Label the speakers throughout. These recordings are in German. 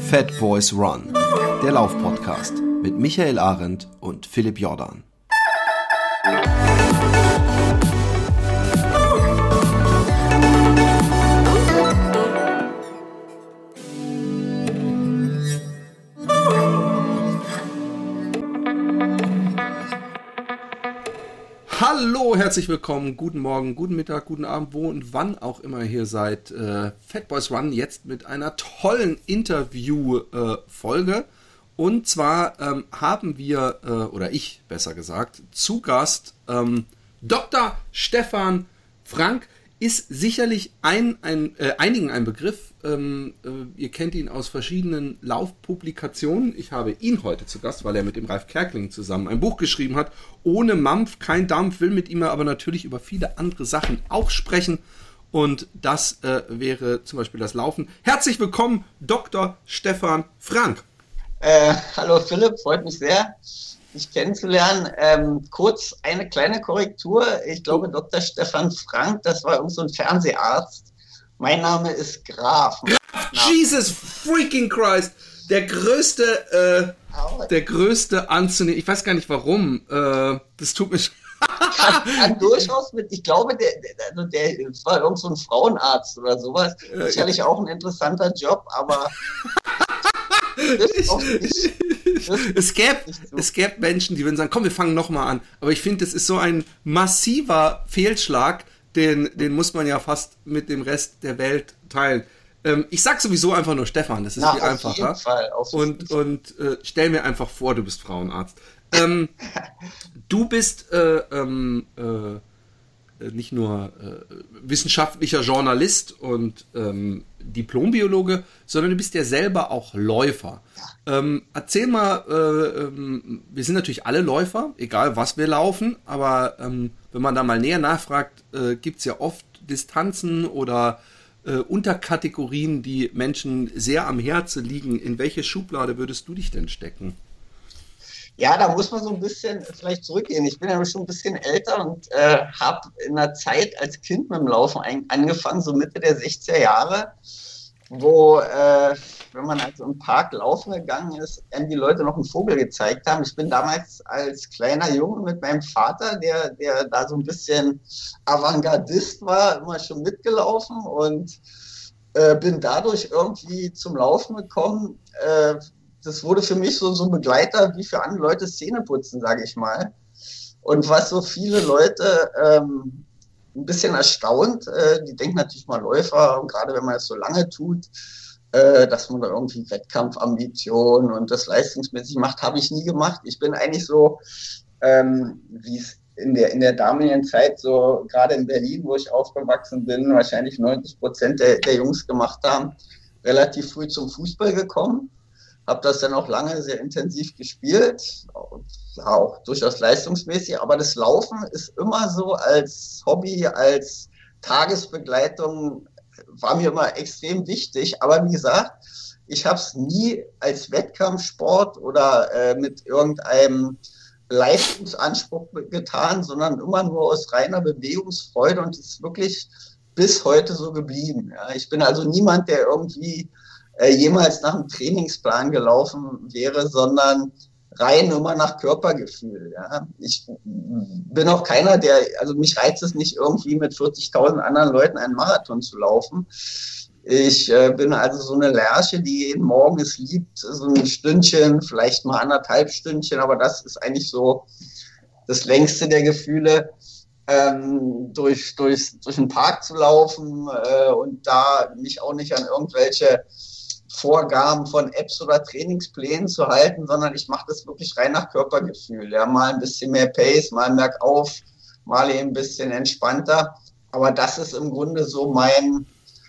Speaker 1: Fat Boys Run, der Laufpodcast mit Michael Arendt und Philipp Jordan. Hallo, herzlich willkommen, guten Morgen, guten Mittag, guten Abend, wo und wann auch immer ihr seid. Fat Boys Run jetzt mit einer tollen Interview-Folge. Und zwar haben wir, oder ich besser gesagt, zu Gast Dr. Stefan Frank. Ist sicherlich einigen ein Begriff. Ihr kennt ihn aus verschiedenen Laufpublikationen. Ich habe ihn heute zu Gast, weil er mit dem Ralf Kerkeling zusammen ein Buch geschrieben hat. Ohne Mampf, kein Dampf, will mit ihm aber natürlich über viele andere Sachen auch sprechen. Und das wäre zum Beispiel das Laufen. Herzlich willkommen, Dr. Stefan Frank.
Speaker 2: Hallo Philipp, freut mich sehr, dich kennenzulernen. Kurz eine kleine Korrektur. Ich glaube, Dr. Stefan Frank, das war irgend so ein Fernseharzt. Mein Name ist Graf.
Speaker 1: Jesus freaking Christ! Der größte anzunehmen. Ich weiß gar nicht warum. Das tut mir
Speaker 2: kann durchaus mit, ich glaube, der war irgend so ein Frauenarzt oder sowas. Sicherlich auch ein interessanter Job, aber
Speaker 1: es gäbe Menschen, die würden sagen, komm, wir fangen nochmal an. Aber ich finde, das ist so ein massiver Fehlschlag, den muss man ja fast mit dem Rest der Welt teilen. Ich sag sowieso einfach nur Stefan, das ist viel einfacher. Auf jeden Fall. Und stell mir einfach vor, du bist Frauenarzt. Du bist nicht nur wissenschaftlicher Journalist und Diplombiologe, sondern du bist ja selber auch Läufer. Erzähl mal, wir sind natürlich alle Läufer, egal was wir laufen, aber wenn man da mal näher nachfragt, gibt es ja oft Distanzen oder Unterkategorien, die Menschen sehr am Herzen liegen. In welche Schublade würdest du dich denn stecken?
Speaker 2: Ja, da muss man so ein bisschen vielleicht zurückgehen. Ich bin ja schon ein bisschen älter und habe in der Zeit als Kind mit dem Laufen angefangen, so Mitte der 60er Jahre, wo, wenn man also im Park laufen gegangen ist, einem die Leute noch einen Vogel gezeigt haben. Ich bin damals als kleiner Junge mit meinem Vater, der da so ein bisschen Avantgardist war, immer schon mitgelaufen und bin dadurch irgendwie zum Laufen gekommen. Das wurde für mich so ein Begleiter wie für andere Leute Zähneputzen, sage ich mal. Und was so viele Leute ein bisschen erstaunt, die denken natürlich mal Läufer, und gerade wenn man das so lange tut, dass man da irgendwie Wettkampfambitionen und das leistungsmäßig macht, habe ich nie gemacht. Ich bin eigentlich so, wie es in der damaligen Zeit, so gerade in Berlin, wo ich aufgewachsen bin, wahrscheinlich 90% der Jungs gemacht haben, relativ früh zum Fußball gekommen. Habe das dann auch lange sehr intensiv gespielt, auch durchaus leistungsmäßig, aber das Laufen ist immer so als Hobby, als Tagesbegleitung, war mir immer extrem wichtig, aber wie gesagt, ich habe es nie als Wettkampfsport oder mit irgendeinem Leistungsanspruch getan, sondern immer nur aus reiner Bewegungsfreude und es ist wirklich bis heute so geblieben. Ja. Ich bin also niemand, der irgendwie jemals nach einem Trainingsplan gelaufen wäre, sondern rein immer nach Körpergefühl. Ja. Ich bin auch keiner, also mich reizt es nicht irgendwie mit 40.000 anderen Leuten einen Marathon zu laufen. Ich bin also so eine Lerche, die jeden Morgen es liebt, so ein Stündchen, vielleicht mal 1,5 Stündchen, aber das ist eigentlich so das längste der Gefühle, durch den Park zu laufen und da mich auch nicht an irgendwelche Vorgaben von Apps oder Trainingsplänen zu halten, sondern ich mache das wirklich rein nach Körpergefühl. Ja, mal ein bisschen mehr Pace, mal bergauf, mal eben ein bisschen entspannter. Aber das ist im Grunde so mein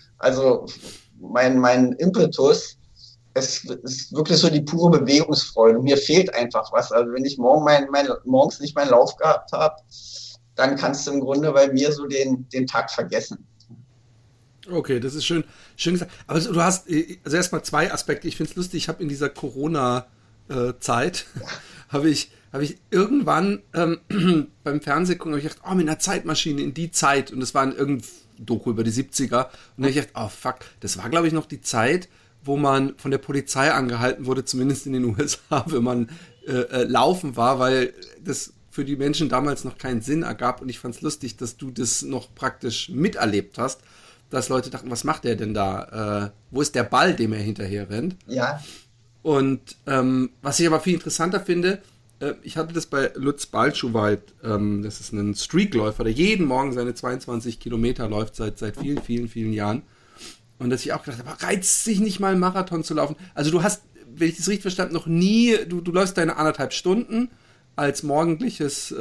Speaker 2: Impetus. Es ist wirklich so die pure Bewegungsfreude. Mir fehlt einfach was. Also wenn ich morgens nicht meinen Lauf gehabt habe, dann kannst du im Grunde bei mir so den Tag vergessen.
Speaker 1: Okay, das ist schön gesagt. Aber du hast also erstmal zwei Aspekte. Ich finde es lustig, ich habe in dieser Corona-Zeit, habe ich irgendwann beim Fernsehen gucken, habe ich gedacht, mit einer Zeitmaschine in die Zeit. Und das war irgendein Doku über die 70er. Und dann habe ich gedacht, fuck, das war, glaube ich, noch die Zeit, wo man von der Polizei angehalten wurde, zumindest in den USA, wenn man laufen war, weil das für die Menschen damals noch keinen Sinn ergab und ich fand es lustig, dass du das noch praktisch miterlebt hast, dass Leute dachten, was macht der denn da? Wo ist der Ball, dem er hinterher rennt?
Speaker 2: Ja.
Speaker 1: Und was ich aber viel interessanter finde, ich hatte das bei Lutz Balschuweit, das ist ein Streakläufer, der jeden Morgen seine 22 Kilometer läuft seit vielen, vielen, vielen Jahren. Und dass ich auch gedacht habe, reizt sich nicht mal einen Marathon zu laufen. Also du hast, wenn ich das richtig verstanden, noch nie, du läufst deine 1,5 Stunden als morgendliches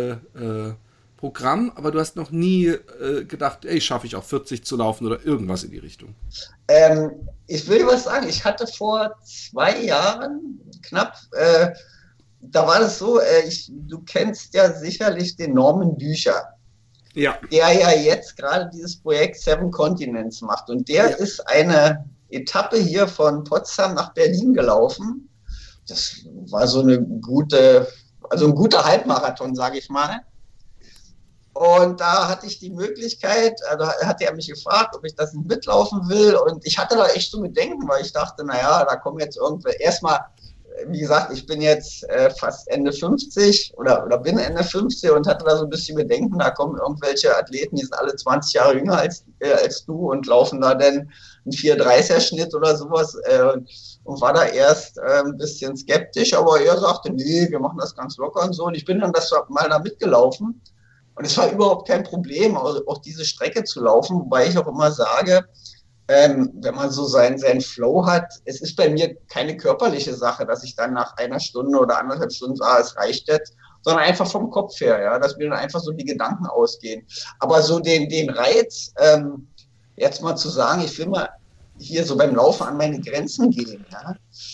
Speaker 1: Programm, aber du hast noch nie gedacht, ey, schaffe ich auch 40 zu laufen oder irgendwas in die Richtung.
Speaker 2: Ich will was sagen, ich hatte vor 2 Jahren knapp, da war das so, du kennst ja sicherlich den Norman Bücher.
Speaker 1: Ja.
Speaker 2: Der ja jetzt gerade dieses Projekt Seven Continents macht. Und der ist eine Etappe hier von Potsdam nach Berlin gelaufen. Das war so ein guter Halbmarathon, sage ich mal. Und da hatte ich die Möglichkeit, also hatte er mich gefragt, ob ich das nicht mitlaufen will. Und ich hatte da echt so Bedenken, weil ich dachte, naja, da kommen jetzt irgendwelche, erstmal, wie gesagt, ich bin jetzt fast Ende 50 oder bin Ende 50 und hatte da so ein bisschen Bedenken, da kommen irgendwelche Athleten, die sind alle 20 Jahre jünger als du und laufen da dann einen 4,30er-Schnitt oder sowas und war da erst ein bisschen skeptisch, aber er sagte, nee, wir machen das ganz locker und so und ich bin dann das mal da mitgelaufen und es war überhaupt kein Problem, auch diese Strecke zu laufen, wobei ich auch immer sage, wenn man so seinen Flow hat, es ist bei mir keine körperliche Sache, dass ich dann nach 1 Stunde oder 1,5 Stunden sage, es reicht jetzt, sondern einfach vom Kopf her, ja, dass mir dann einfach so die Gedanken ausgehen. Aber so den Reiz, jetzt mal zu sagen, ich will mal hier so beim Laufen an meine Grenzen gehen, ja,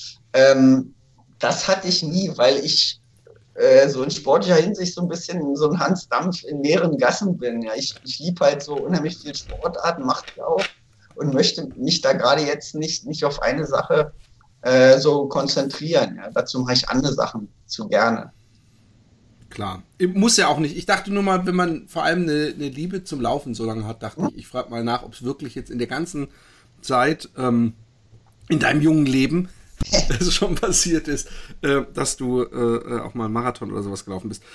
Speaker 2: das hatte ich nie, weil ich so in sportlicher Hinsicht so ein bisschen so ein Hans Dampf in mehreren Gassen bin. Ja. Ich liebe halt so unheimlich viel Sportarten, mache ich auch. Und möchte mich da gerade jetzt nicht auf eine Sache so konzentrieren. Ja. Dazu mache ich andere Sachen zu gerne.
Speaker 1: Klar. Muss ja auch nicht. Ich dachte nur mal, wenn man vor allem eine Liebe zum Laufen so lange hat, dachte ich frage mal nach, ob es wirklich jetzt in der ganzen Zeit in deinem jungen Leben es schon passiert ist, dass du auch mal einen Marathon oder sowas gelaufen bist.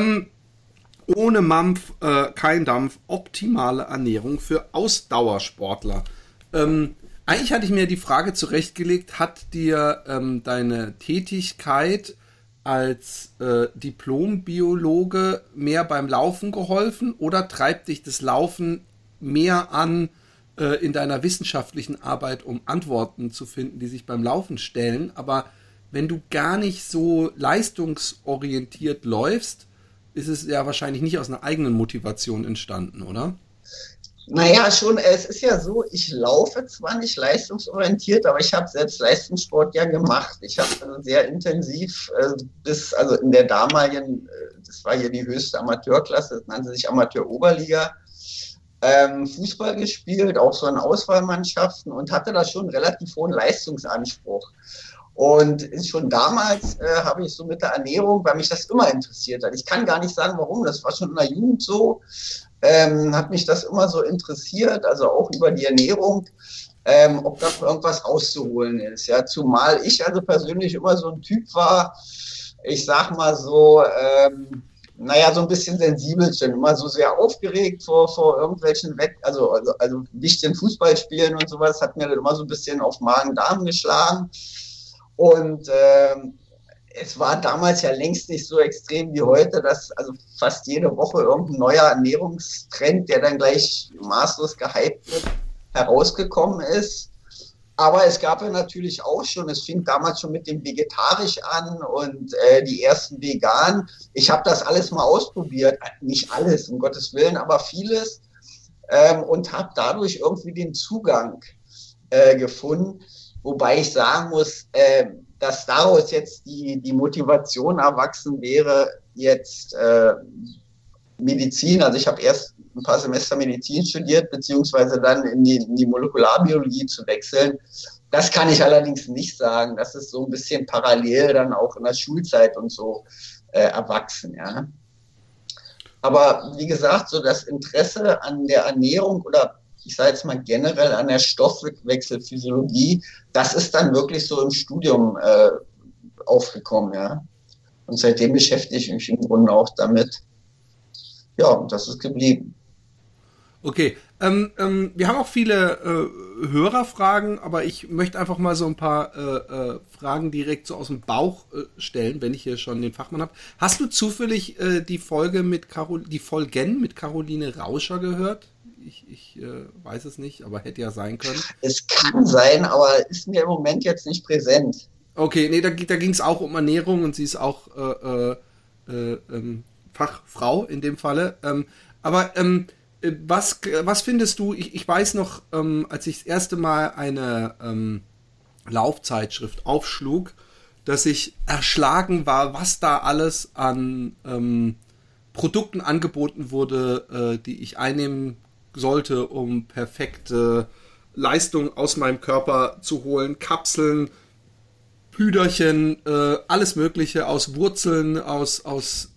Speaker 1: Ohne Mampf, kein Dampf, optimale Ernährung für Ausdauersportler. Eigentlich hatte ich mir die Frage zurechtgelegt, hat dir deine Tätigkeit als Diplombiologe mehr beim Laufen geholfen oder treibt dich das Laufen mehr an in deiner wissenschaftlichen Arbeit, um Antworten zu finden, die sich beim Laufen stellen? Aber wenn du gar nicht so leistungsorientiert läufst, ist es ja wahrscheinlich nicht aus einer eigenen Motivation entstanden, oder?
Speaker 2: Naja, schon, es ist ja so, ich laufe zwar nicht leistungsorientiert, aber ich habe selbst Leistungssport ja gemacht. Ich habe also sehr intensiv also in der damaligen, das war hier die höchste Amateurklasse, das nannte sich Amateur-Oberliga, Fußball gespielt, auch so in Auswahlmannschaften und hatte da schon einen relativ hohen Leistungsanspruch. Und schon damals habe ich so mit der Ernährung, weil mich das immer interessiert hat. Ich kann gar nicht sagen, warum, das war schon in der Jugend so, hat mich das immer so interessiert, also auch über die Ernährung, ob da irgendwas rauszuholen ist. Ja, zumal ich also persönlich immer so ein Typ war, ich sag mal so, so ein bisschen sensibelchen, immer so sehr aufgeregt vor irgendwelchen also wichtigen Fußballspielen und sowas, hat mir dann immer so ein bisschen auf Magen-Darm geschlagen. Und es war damals ja längst nicht so extrem wie heute, dass also fast jede Woche irgendein neuer Ernährungstrend, der dann gleich maßlos gehypt wird, herausgekommen ist. Aber es gab ja natürlich auch schon, es fing damals schon mit dem Vegetarisch an und die ersten Veganen. Ich habe das alles mal ausprobiert, nicht alles, um Gottes Willen, aber vieles und habe dadurch irgendwie den Zugang gefunden. Wobei ich sagen muss, dass daraus jetzt die Motivation erwachsen wäre, jetzt Medizin, also ich habe erst ein paar Semester Medizin studiert, beziehungsweise dann in die Molekularbiologie zu wechseln. Das kann ich allerdings nicht sagen. Das ist so ein bisschen parallel dann auch in der Schulzeit und so erwachsen, ja. Aber wie gesagt, so das Interesse an der Ernährung oder ich sage jetzt mal generell an der Stoffwechselphysiologie, das ist dann wirklich so im Studium aufgekommen, ja. Und seitdem beschäftige ich mich im Grunde auch damit. Ja, und das ist geblieben.
Speaker 1: Okay, wir haben auch viele Hörerfragen, aber ich möchte einfach mal so ein paar Fragen direkt so aus dem Bauch stellen, wenn ich hier schon den Fachmann habe. Hast du zufällig die Folgen mit Caroline Rauscher gehört? Ich weiß es nicht, aber hätte ja sein können.
Speaker 2: Es kann sein, aber ist mir im Moment jetzt nicht präsent.
Speaker 1: Okay, nee, da ging es auch um Ernährung und sie ist auch Fachfrau in dem Falle. Was findest du, ich weiß noch, als ich das erste Mal eine Laufzeitschrift aufschlug, dass ich erschlagen war, was da alles an Produkten angeboten wurde, die ich einnehmen sollte, um perfekte Leistung aus meinem Körper zu holen. Kapseln, Püderchen, alles Mögliche aus Wurzeln, aus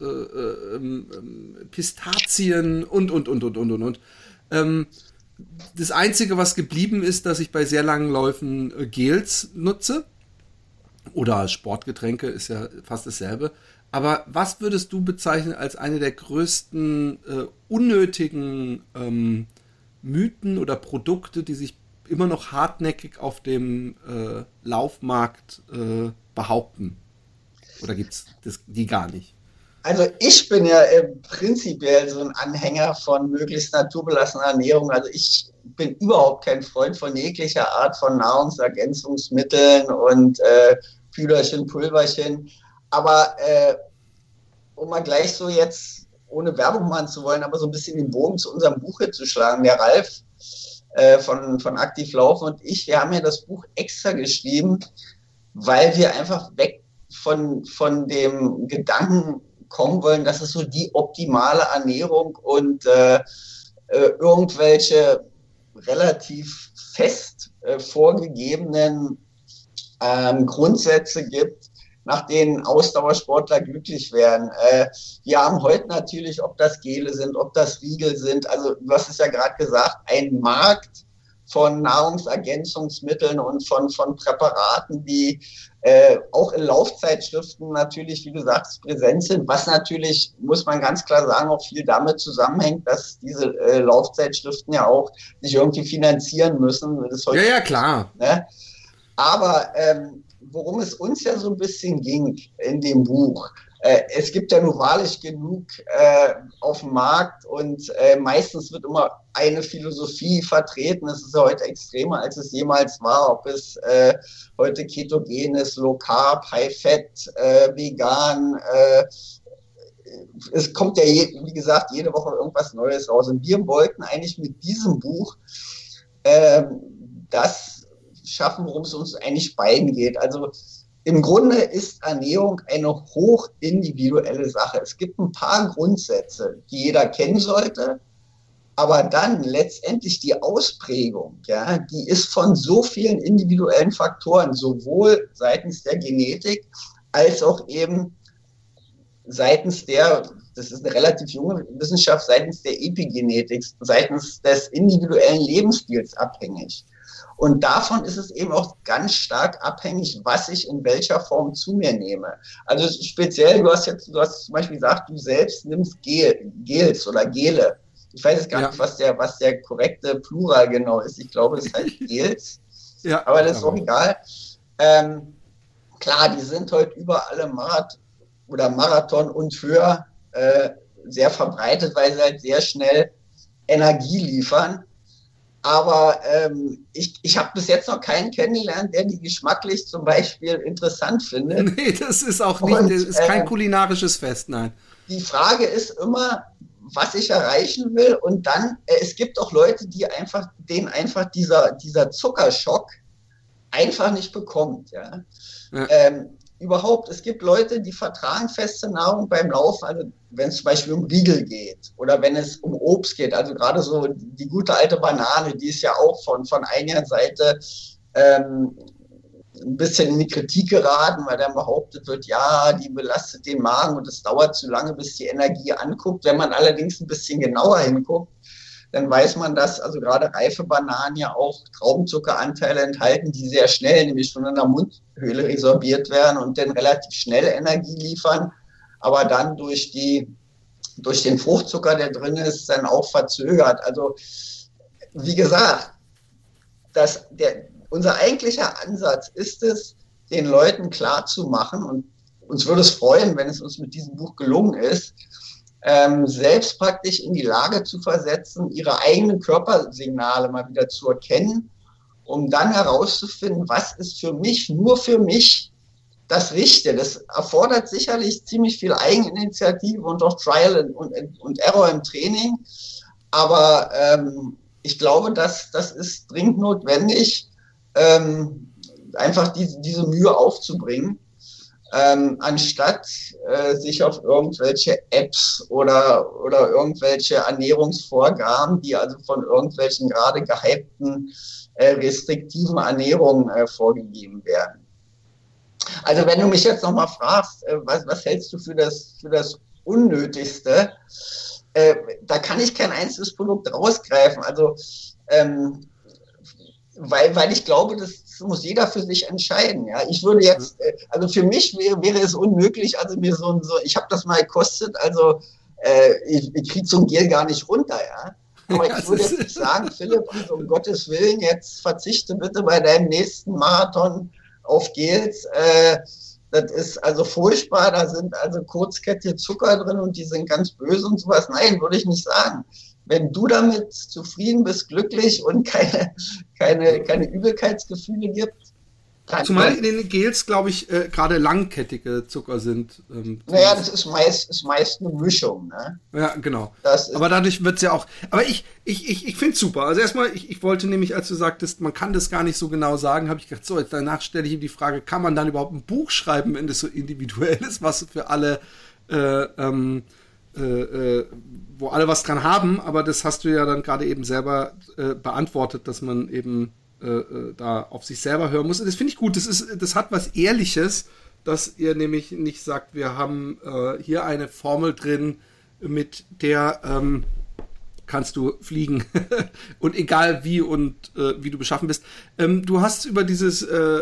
Speaker 1: Pistazien und. Das Einzige, was geblieben ist, dass ich bei sehr langen Läufen Gels nutze. Oder Sportgetränke, ist ja fast dasselbe. Aber was würdest du bezeichnen als eine der größten unnötigen Mythen oder Produkte, die sich immer noch hartnäckig auf dem Laufmarkt behaupten? Oder gibt es die gar nicht?
Speaker 2: Also ich bin ja prinzipiell so ein Anhänger von möglichst naturbelassener Ernährung. Also ich bin überhaupt kein Freund von jeglicher Art von Nahrungsergänzungsmitteln und Püderchen, Pulverchen. Aber um mal gleich so jetzt, ohne Werbung machen zu wollen, aber so ein bisschen den Bogen zu unserem Buch hier zu schlagen. Der Ralf von Aktiv Laufen und ich, wir haben ja das Buch extra geschrieben, weil wir einfach weg von dem Gedanken kommen wollen, dass es so die optimale Ernährung und irgendwelche relativ fest vorgegebenen Grundsätze gibt, nach denen Ausdauersportler glücklich werden. Wir haben heute natürlich, ob das Gele sind, ob das Riegel sind, also du hast es ja gerade gesagt, ein Markt von Nahrungsergänzungsmitteln und von Präparaten, die auch in Laufzeitschriften natürlich, wie du sagst, präsent sind, was natürlich, muss man ganz klar sagen, auch viel damit zusammenhängt, dass diese Laufzeitschriften ja auch sich irgendwie finanzieren müssen.
Speaker 1: Ja, klar.
Speaker 2: Ne? Aber worum es uns ja so ein bisschen ging in dem Buch, es gibt ja nun wahrlich genug auf dem Markt und meistens wird immer eine Philosophie vertreten. Es ist ja heute extremer, als es jemals war, ob es heute ketogen ist, Low Carb, High Fat, vegan. Es kommt ja, wie gesagt, jede Woche irgendwas Neues raus. Und wir wollten eigentlich mit diesem Buch das schaffen, worum es uns eigentlich beiden geht. Also im Grunde ist Ernährung eine hoch individuelle Sache. Es gibt ein paar Grundsätze, die jeder kennen sollte, aber dann letztendlich die Ausprägung, ja, die ist von so vielen individuellen Faktoren, sowohl seitens der Genetik als auch eben seitens der, das ist eine relativ junge Wissenschaft, seitens der Epigenetik, seitens des individuellen Lebensstils abhängig. Und davon ist es eben auch ganz stark abhängig, was ich in welcher Form zu mir nehme. Also speziell, du hast zum Beispiel gesagt, du selbst nimmst Gels oder Gele. Ich weiß jetzt gar nicht, was der korrekte Plural genau ist. Ich glaube, es heißt Gels. Ja, aber das ist auch egal. Klar, die sind heute überall im Marathon und höher sehr verbreitet, weil sie halt sehr schnell Energie liefern. Aber ich habe bis jetzt noch keinen kennengelernt, der die geschmacklich zum Beispiel interessant findet.
Speaker 1: Nee, das ist auch nicht, das ist kein kulinarisches Fest, nein.
Speaker 2: Die Frage ist immer, was ich erreichen will. Und dann, es gibt auch Leute, denen einfach dieser Zuckerschock einfach nicht bekommt. Ja? Überhaupt, es gibt Leute, die vertragen feste Nahrung beim Laufen, also wenn es zum Beispiel um Riegel geht oder wenn es um Obst geht, also gerade so die gute alte Banane, die ist ja auch von einer Seite ein bisschen in die Kritik geraten, weil dann behauptet wird, ja, die belastet den Magen und es dauert zu lange, bis die Energie anguckt. Wenn man allerdings ein bisschen genauer hinguckt, dann weiß man, dass also gerade reife Bananen ja auch Traubenzuckeranteile enthalten, die sehr schnell, nämlich schon in der Mundhöhle resorbiert werden und dann relativ schnell Energie liefern, aber dann durch den Fruchtzucker, der drin ist, dann auch verzögert. Also wie gesagt, unser eigentlicher Ansatz ist es, den Leuten klarzumachen, und uns würde es freuen, wenn es uns mit diesem Buch gelungen ist, selbst praktisch in die Lage zu versetzen, ihre eigenen Körpersignale mal wieder zu erkennen, um dann herauszufinden, was ist für mich, nur für mich, das Richtige. Das erfordert sicherlich ziemlich viel Eigeninitiative und auch Trial und Error im Training, aber ich glaube, das ist dringend notwendig, einfach diese Mühe aufzubringen, anstatt sich auf irgendwelche Apps oder irgendwelche Ernährungsvorgaben, die also von irgendwelchen gerade gehypten restriktiven Ernährungen vorgegeben werden. Also wenn du mich jetzt nochmal fragst, was hältst du für das Unnötigste, da kann ich kein einzelnes Produkt rausgreifen. Also weil ich glaube, das muss jeder für sich entscheiden. Ja, ich würde jetzt, also für mich wäre es unmöglich, also mir ich habe das mal gekostet, also ich kriege so ein Gel gar nicht runter, ja. Aber ich würde jetzt nicht sagen, Philipp, also um Gottes Willen, jetzt verzichte bitte bei deinem nächsten Marathon auf Gels. Das ist also furchtbar, da sind also kurzkettige Zucker drin und die sind ganz böse und sowas. Nein, würde ich nicht sagen. Wenn du damit zufrieden bist, glücklich und keine Übelkeitsgefühle gibt.
Speaker 1: Zumal in den Gels, glaube ich, gerade langkettige Zucker sind.
Speaker 2: Naja, das ist meist eine Mischung. Ne?
Speaker 1: Ja, genau. Aber dadurch wird es ja auch. Aber ich finde es super. Also erstmal, ich wollte nämlich, als du sagtest, man kann das gar nicht so genau sagen, habe ich gedacht, so, danach stelle ich ihm die Frage, kann man dann überhaupt ein Buch schreiben, wenn das so individuell ist, was für alle wo alle was dran haben, aber das hast du ja dann gerade eben selber beantwortet, dass man eben da auf sich selber hören muss. Das finde ich gut, das hat was Ehrliches, dass ihr nämlich nicht sagt, wir haben hier eine Formel drin, mit der kannst du fliegen und egal wie und wie du beschaffen bist. Du hast über dieses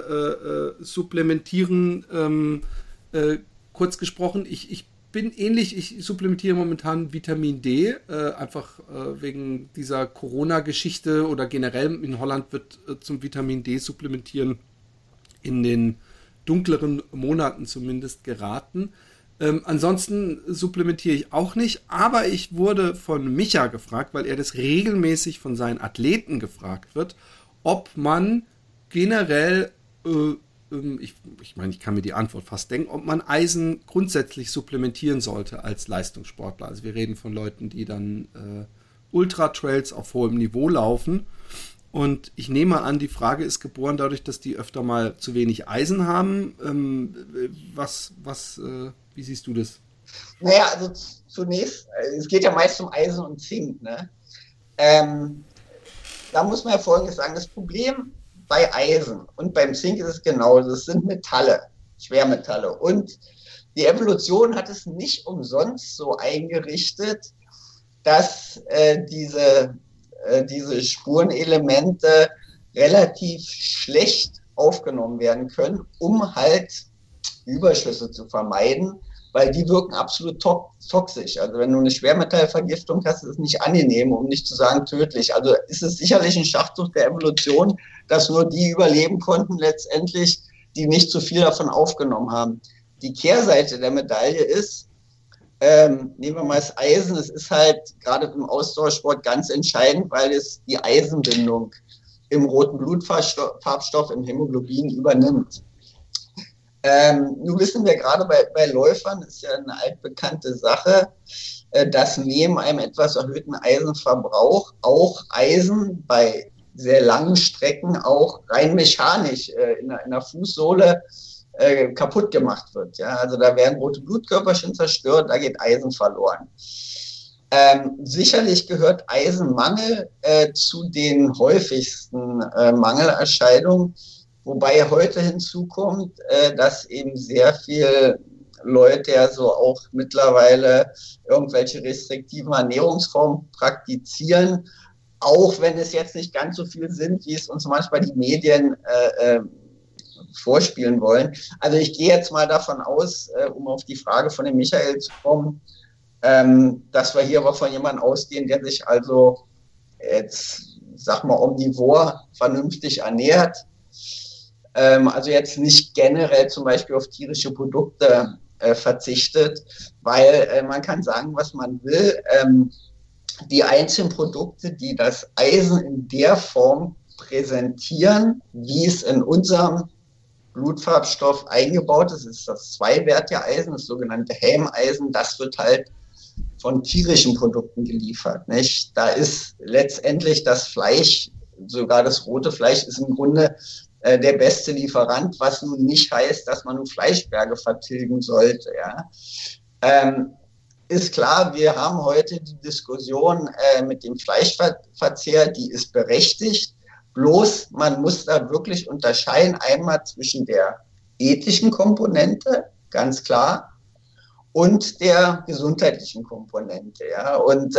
Speaker 1: Supplementieren kurz gesprochen. Ich bin ähnlich, ich supplementiere momentan Vitamin D, einfach wegen dieser Corona-Geschichte oder generell in Holland wird zum Vitamin D-Supplementieren in den dunkleren Monaten zumindest geraten. Ansonsten supplementiere ich auch nicht, aber ich wurde von Micha gefragt, weil er das regelmäßig von seinen Athleten gefragt wird, ob man generell ich meine, ich kann mir die Antwort fast denken, ob man Eisen grundsätzlich supplementieren sollte als Leistungssportler. Also wir reden von Leuten, die dann Ultra-Trails auf hohem Niveau laufen. Und ich nehme an, die Frage ist geboren dadurch, dass die öfter mal zu wenig Eisen haben. Wie siehst du das?
Speaker 2: Naja, also zunächst, es geht ja meist um Eisen und Zink. Ne? Da muss man ja Folgendes sagen, das Problem bei Eisen und beim Zink ist es genauso. Es sind Metalle, Schwermetalle. Und die Evolution hat es nicht umsonst so eingerichtet, dass diese Spurenelemente relativ schlecht aufgenommen werden können, um halt Überschüsse zu vermeiden, weil die wirken absolut toxisch. Also wenn du eine Schwermetallvergiftung hast, ist es nicht angenehm, um nicht zu sagen tödlich. Also ist es sicherlich ein Schachzug der Evolution, dass nur die überleben konnten letztendlich, die nicht so viel davon aufgenommen haben. Die Kehrseite der Medaille ist, nehmen wir mal das Eisen, es ist halt gerade im Ausdauersport ganz entscheidend, weil es die Eisenbindung im roten Blutfarbstoff, im Hämoglobin übernimmt. Nun wissen wir gerade bei Läufern, ist ja eine altbekannte Sache, dass neben einem etwas erhöhten Eisenverbrauch auch Eisen bei sehr langen Strecken auch rein mechanisch in der Fußsohle kaputt gemacht wird. Ja? Also da werden rote Blutkörperchen zerstört, da geht Eisen verloren. Sicherlich gehört Eisenmangel zu den häufigsten Mangelerscheinungen, wobei heute hinzukommt, dass eben sehr viel Leute ja so auch mittlerweile irgendwelche restriktiven Ernährungsformen praktizieren, auch wenn es jetzt nicht ganz so viel sind, wie es uns manchmal die Medien vorspielen wollen. Also ich gehe jetzt mal davon aus, um auf die Frage von dem Michael zu kommen, dass wir hier aber von jemandem ausgehen, der sich also jetzt, sag mal, omnivor vernünftig ernährt. Also jetzt nicht generell zum Beispiel auf tierische Produkte verzichtet, weil man kann sagen, was man will. Die einzelnen Produkte, die das Eisen in der Form präsentieren, wie es in unserem Blutfarbstoff eingebaut ist das zweiwertige Eisen, das sogenannte Hämeisen, das wird halt von tierischen Produkten geliefert. Nicht? Da ist letztendlich das Fleisch, sogar das rote Fleisch, ist im Grunde der beste Lieferant, was nun nicht heißt, dass man nun Fleischberge vertilgen sollte. Ja. Ist klar, wir haben heute die Diskussion mit dem Fleischverzehr, die ist berechtigt. Bloß man muss da wirklich unterscheiden, einmal zwischen der ethischen Komponente, ganz klar, und der gesundheitlichen Komponente. Ja. Und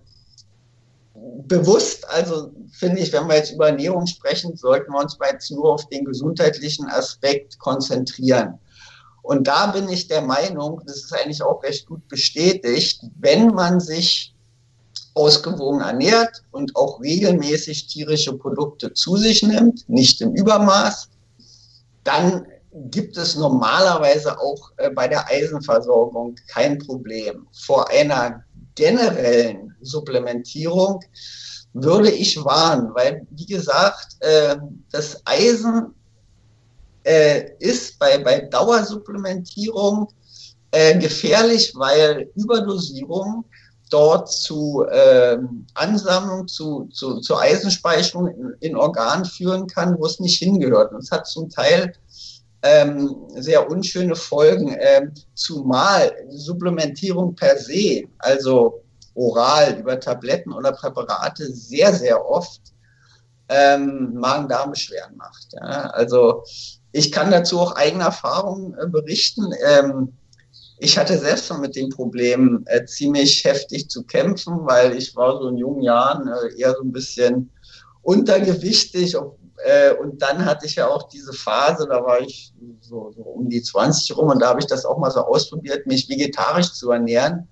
Speaker 2: bewusst, also finde ich, wenn wir jetzt über Ernährung sprechen, sollten wir uns jetzt nur auf den gesundheitlichen Aspekt konzentrieren. Und da bin ich der Meinung, das ist eigentlich auch recht gut bestätigt, wenn man sich ausgewogen ernährt und auch regelmäßig tierische Produkte zu sich nimmt, nicht im Übermaß, dann gibt es normalerweise auch bei der Eisenversorgung kein Problem. Vor einer generellen Supplementierung würde ich warnen, weil, wie gesagt, das Eisen ist bei Dauersupplementierung gefährlich, weil Überdosierung dort zu Ansammlung, zu Eisenspeicherung in Organen führen kann, wo es nicht hingehört. Und es hat zum Teil sehr unschöne Folgen, zumal Supplementierung per se, also oral über Tabletten oder Präparate, sehr, sehr oft Magen-Darm-Beschwerden macht. Ja? Also ich kann dazu auch eigene Erfahrungen berichten. Ich hatte selbst schon mit dem Problem ziemlich heftig zu kämpfen, weil ich war so in jungen Jahren eher so ein bisschen untergewichtig. Und dann hatte ich ja auch diese Phase, da war ich so um die 20 rum und da habe ich das auch mal so ausprobiert, mich vegetarisch zu ernähren.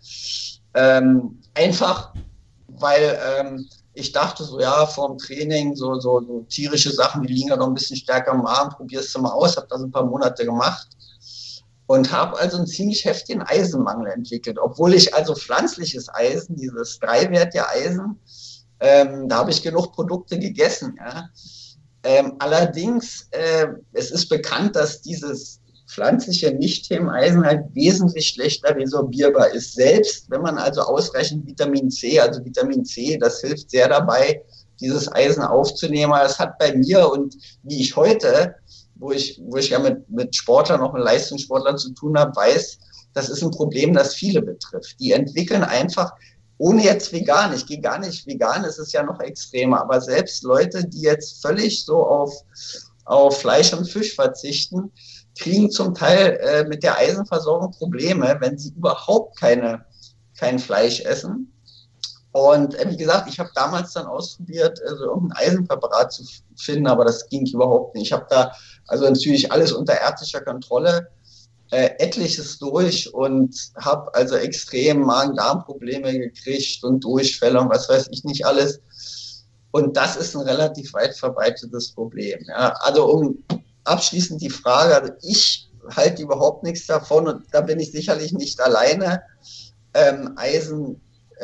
Speaker 2: Einfach, weil ich dachte so, ja, vorm Training, so tierische Sachen, die liegen ja noch ein bisschen stärker im Magen, probierst du mal aus, habe das ein paar Monate gemacht. Und habe also einen ziemlich heftigen Eisenmangel entwickelt, obwohl ich also pflanzliches Eisen, dieses dreiwertige Eisen, da habe ich genug Produkte gegessen. Ja. Allerdings, es ist bekannt, dass dieses pflanzliche Nicht-Themeneisen halt wesentlich schlechter resorbierbar ist. Selbst wenn man also ausreichend Vitamin C, das hilft sehr dabei, dieses Eisen aufzunehmen. Das hat bei mir und wie ich heute, wo ich ja mit Sportlern, auch mit Leistungssportlern zu tun habe, weiß, das ist ein Problem, das viele betrifft. Die entwickeln einfach, ohne jetzt vegan, ich gehe gar nicht vegan, es ist ja noch extremer, aber selbst Leute, die jetzt völlig so auf Fleisch und Fisch verzichten, kriegen zum Teil mit der Eisenversorgung Probleme, wenn sie überhaupt kein Fleisch essen. Und wie gesagt, ich habe damals dann ausprobiert, so irgendein Eisenpräparat zu finden, aber das ging überhaupt nicht. Ich habe da also natürlich alles unter ärztlicher Kontrolle, etliches durch und habe also extrem Magen-Darm-Probleme gekriegt und Durchfälle und was weiß ich nicht alles. Und das ist ein relativ weit verbreitetes Problem. Ja. Also um abschließend die Frage, also ich halte überhaupt nichts davon und da bin ich sicherlich nicht alleine. Eisen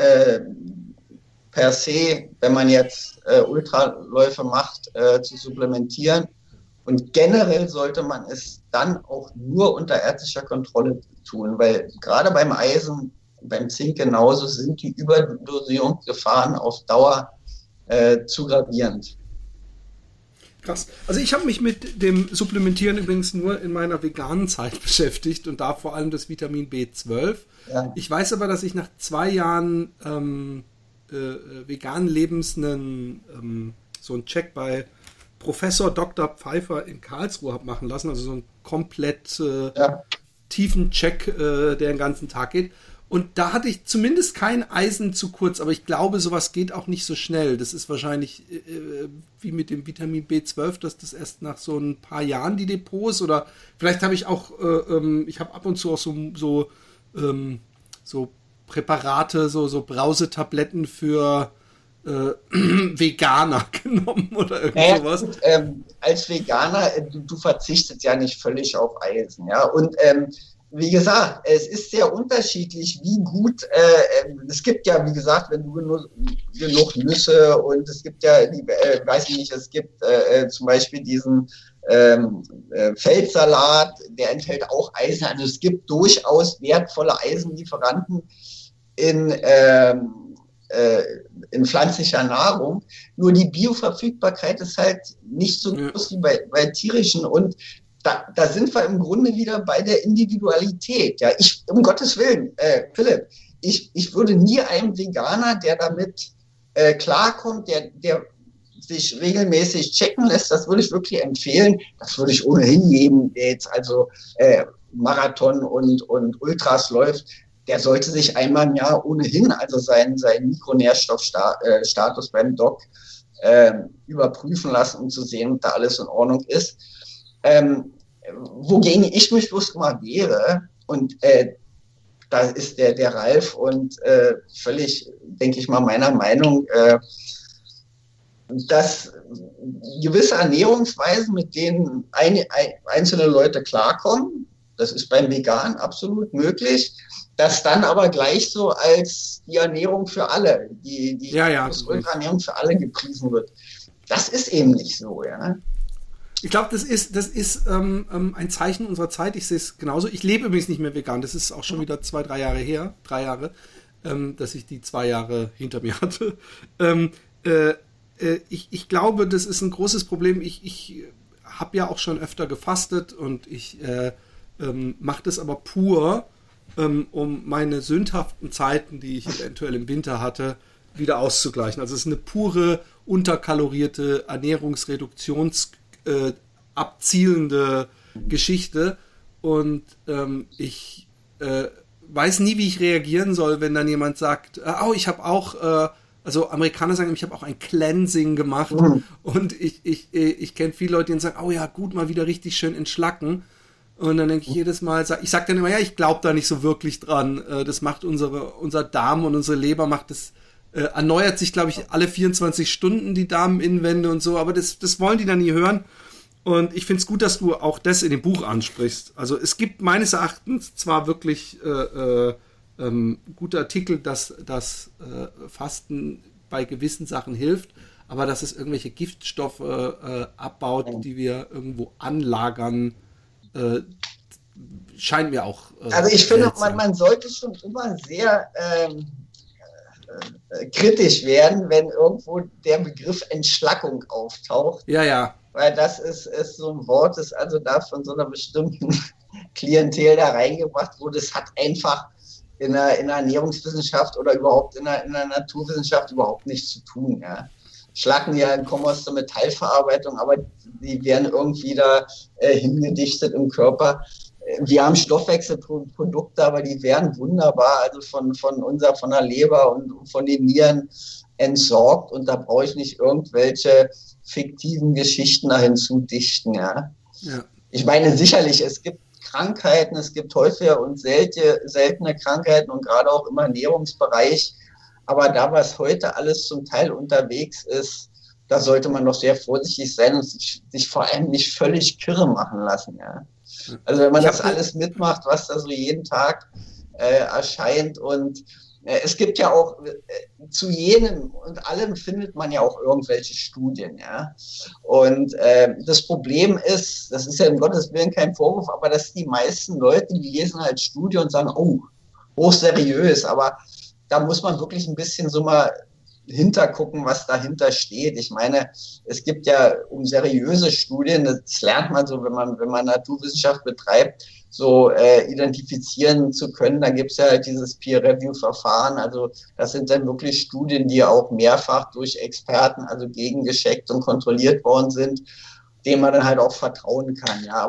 Speaker 2: per se, wenn man jetzt Ultraläufe macht, zu supplementieren. Und generell sollte man es dann auch nur unter ärztlicher Kontrolle tun, weil gerade beim Eisen, beim Zink genauso, sind die Überdosierungsgefahren auf Dauer zu gravierend.
Speaker 1: Krass. Also ich habe mich mit dem Supplementieren übrigens nur in meiner veganen Zeit beschäftigt und da vor allem das Vitamin B12. Ja. Ich weiß aber, dass ich nach 2 Jahren veganen Lebens so einen Check bei Professor Dr. Pfeiffer in Karlsruhe habe machen lassen, also so ein komplett Tiefencheck, der den ganzen Tag geht. Und da hatte ich zumindest kein Eisen zu kurz, aber ich glaube, sowas geht auch nicht so schnell. Das ist wahrscheinlich wie mit dem Vitamin B12, dass das erst nach so ein paar Jahren die Depots oder vielleicht habe ich auch, ich habe ab und zu auch so Präparate, so Brausetabletten für Veganer genommen oder irgend sowas.
Speaker 2: Als Veganer, du verzichtest ja nicht völlig auf Eisen, ja, und wie gesagt, es ist sehr unterschiedlich, wie gut, es gibt ja, wie gesagt, wenn du genug Nüsse und es gibt ja, weiß ich nicht, es gibt zum Beispiel diesen Feldsalat, der enthält auch Eisen, also es gibt durchaus wertvolle Eisenlieferanten in pflanzlicher Nahrung, nur die Bioverfügbarkeit ist halt nicht so groß wie bei tierischen und da sind wir im Grunde wieder bei der Individualität. Ja, um Gottes Willen, Philipp, ich würde nie einem Veganer, der damit klarkommt, der sich regelmäßig checken lässt, das würde ich wirklich empfehlen. Das würde ich ohnehin jedem, der jetzt also Marathon und Ultras läuft, der sollte sich einmal im Jahr ohnehin also seinen Mikronährstoffstatus beim Doc überprüfen lassen, um zu sehen, ob da alles in Ordnung ist. Wogegen ich mich bloß immer wehre, und da ist der Ralf und völlig, denke ich mal, meiner Meinung, dass gewisse Ernährungsweisen, mit denen einzelne Leute klarkommen, das ist beim Vegan absolut möglich, das dann aber gleich so als die Ernährung für alle, die Ultraernährung für alle gepriesen wird. Das ist eben nicht so, ja.
Speaker 1: Ich glaube, das ist ein Zeichen unserer Zeit. Ich sehe es genauso. Ich lebe übrigens nicht mehr vegan. Das ist auch schon wieder 3 Jahre her, dass ich die 2 Jahre hinter mir hatte. Ich glaube, das ist ein großes Problem. Ich habe ja auch schon öfter gefastet und ich mache das aber pur, um meine sündhaften Zeiten, die ich eventuell im Winter hatte, wieder auszugleichen. Also es ist eine pure, unterkalorierte Ernährungsreduktions- abzielende Geschichte und ich weiß nie, wie ich reagieren soll, wenn dann jemand sagt, ich habe auch, also Amerikaner sagen, ich habe auch ein Cleansing gemacht und ich kenne viele Leute, die sagen, oh ja, gut, mal wieder richtig schön entschlacken und dann denke ich jedes Mal, ich sage dann immer, ja, ich glaube da nicht so wirklich dran, das macht unser Darm und unsere Leber macht das erneuert sich, glaube ich, alle 24 Stunden die Darminnenwände und so, aber das wollen die dann nie hören. Und ich finde es gut, dass du auch das in dem Buch ansprichst. Also es gibt meines Erachtens zwar wirklich gute Artikel, dass das Fasten bei gewissen Sachen hilft, aber dass es irgendwelche Giftstoffe abbaut, die wir irgendwo anlagern, scheint mir auch
Speaker 2: also ich finde, man sollte schon immer sehr kritisch werden, wenn irgendwo der Begriff Entschlackung auftaucht.
Speaker 1: Ja.
Speaker 2: Weil das ist so ein Wort, das also da von so einer bestimmten Klientel da reingebracht wurde. Es hat einfach in der Ernährungswissenschaft oder überhaupt in der Naturwissenschaft überhaupt nichts zu tun. Ja. Schlacken ja kommen aus der Metallverarbeitung, aber die werden irgendwie da hingedichtet im Körper. Wir haben Stoffwechselprodukte, aber die werden wunderbar, also von der Leber und von den Nieren entsorgt und da brauche ich nicht irgendwelche fiktiven Geschichten da hinzudichten, ja. Ich meine, sicherlich, es gibt Krankheiten, es gibt häufige und seltene Krankheiten und gerade auch im Ernährungsbereich, aber da, was heute alles zum Teil unterwegs ist, da sollte man doch sehr vorsichtig sein und sich vor allem nicht völlig kirre machen lassen, ja. Also wenn man das alles mitmacht, was da so jeden Tag erscheint und es gibt ja auch zu jedem und allem findet man ja auch irgendwelche Studien, ja. Und das Problem ist, das ist ja um Gottes Willen kein Vorwurf, aber dass die meisten Leute, die lesen halt Studie und sagen, oh, hochseriös, aber da muss man wirklich ein bisschen so mal hintergucken, was dahinter steht. Ich meine, es gibt ja um seriöse Studien, das lernt man so, wenn man Naturwissenschaft betreibt, so identifizieren zu können. Da gibt es ja halt dieses Peer-Review-Verfahren. Also das sind dann wirklich Studien, die auch mehrfach durch Experten, also gegengescheckt und kontrolliert worden sind, denen man dann halt auch vertrauen kann. Ja, aber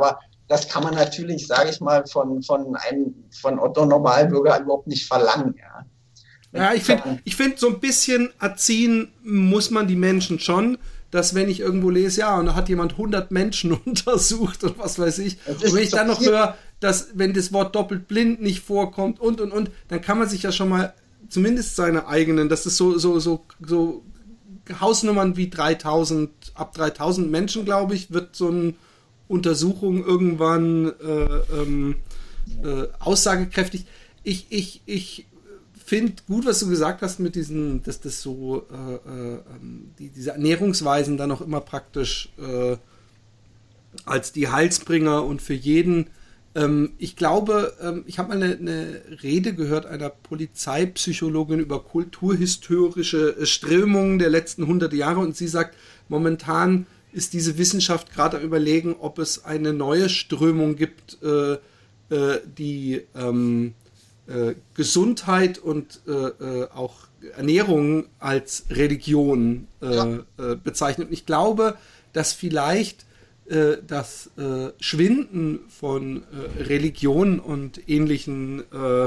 Speaker 2: das kann man natürlich, sage ich mal, von Otto Normalbürger überhaupt nicht verlangen. Ja,
Speaker 1: ja ich find, so ein bisschen erziehen muss man die Menschen schon, dass wenn ich irgendwo lese, ja, und da hat jemand 100 Menschen untersucht und was weiß ich, und wenn ich dann noch höre, dass wenn das Wort doppelt blind nicht vorkommt und, dann kann man sich ja schon mal zumindest seine eigenen, das ist so Hausnummern wie 3000, ab 3000 Menschen, glaube ich, wird so eine Untersuchung irgendwann aussagekräftig. Ich finde gut, was du gesagt hast mit diesen, dass das so diese Ernährungsweisen dann auch immer praktisch als die Heilsbringer und für jeden. Ich glaube, ich habe mal eine Rede gehört einer Polizeipsychologin über kulturhistorische Strömungen der letzten 100 Jahre und sie sagt, momentan ist diese Wissenschaft gerade am Überlegen, ob es eine neue Strömung gibt, die Gesundheit und auch Ernährung als Religion bezeichnet. Und ich glaube, dass vielleicht das Schwinden von Religionen und ähnlichen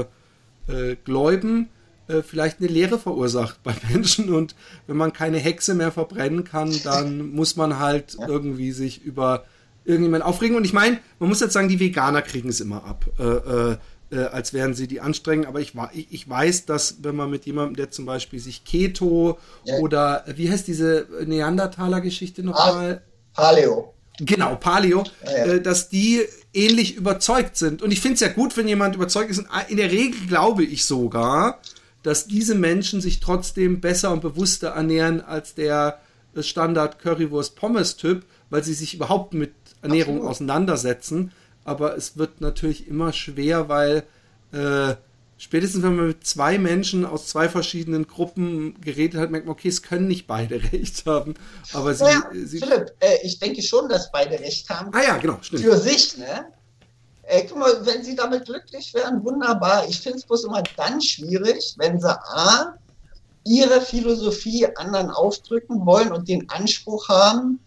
Speaker 1: Gläuben vielleicht eine Leere verursacht bei Menschen. Und wenn man keine Hexe mehr verbrennen kann, dann muss man halt irgendwie sich über irgendjemand aufregen. Und ich meine, man muss jetzt sagen, die Veganer kriegen es immer ab. Als wären sie die anstrengend, aber ich weiß, dass wenn man mit jemandem, der zum Beispiel sich Keto oder wie heißt diese Neandertaler-Geschichte nochmal?
Speaker 2: Paleo.
Speaker 1: Genau, Paleo, dass die ähnlich überzeugt sind. Und ich finde es ja gut, wenn jemand überzeugt ist. Und in der Regel glaube ich sogar, dass diese Menschen sich trotzdem besser und bewusster ernähren als der Standard-Currywurst-Pommes-Typ, weil sie sich überhaupt mit Ernährung auseinandersetzen. Aber es wird natürlich immer schwer, weil spätestens wenn man mit zwei Menschen aus zwei verschiedenen Gruppen geredet hat, merkt man, okay, es können nicht beide recht haben. Aber
Speaker 2: Philipp, ich denke schon, dass beide recht haben.
Speaker 1: Ah ja, genau, stimmt.
Speaker 2: Für sich, ne? Guck mal, wenn sie damit glücklich wären, wunderbar. Ich finde es bloß immer dann schwierig, wenn sie ihre Philosophie anderen aufdrücken wollen und den Anspruch haben,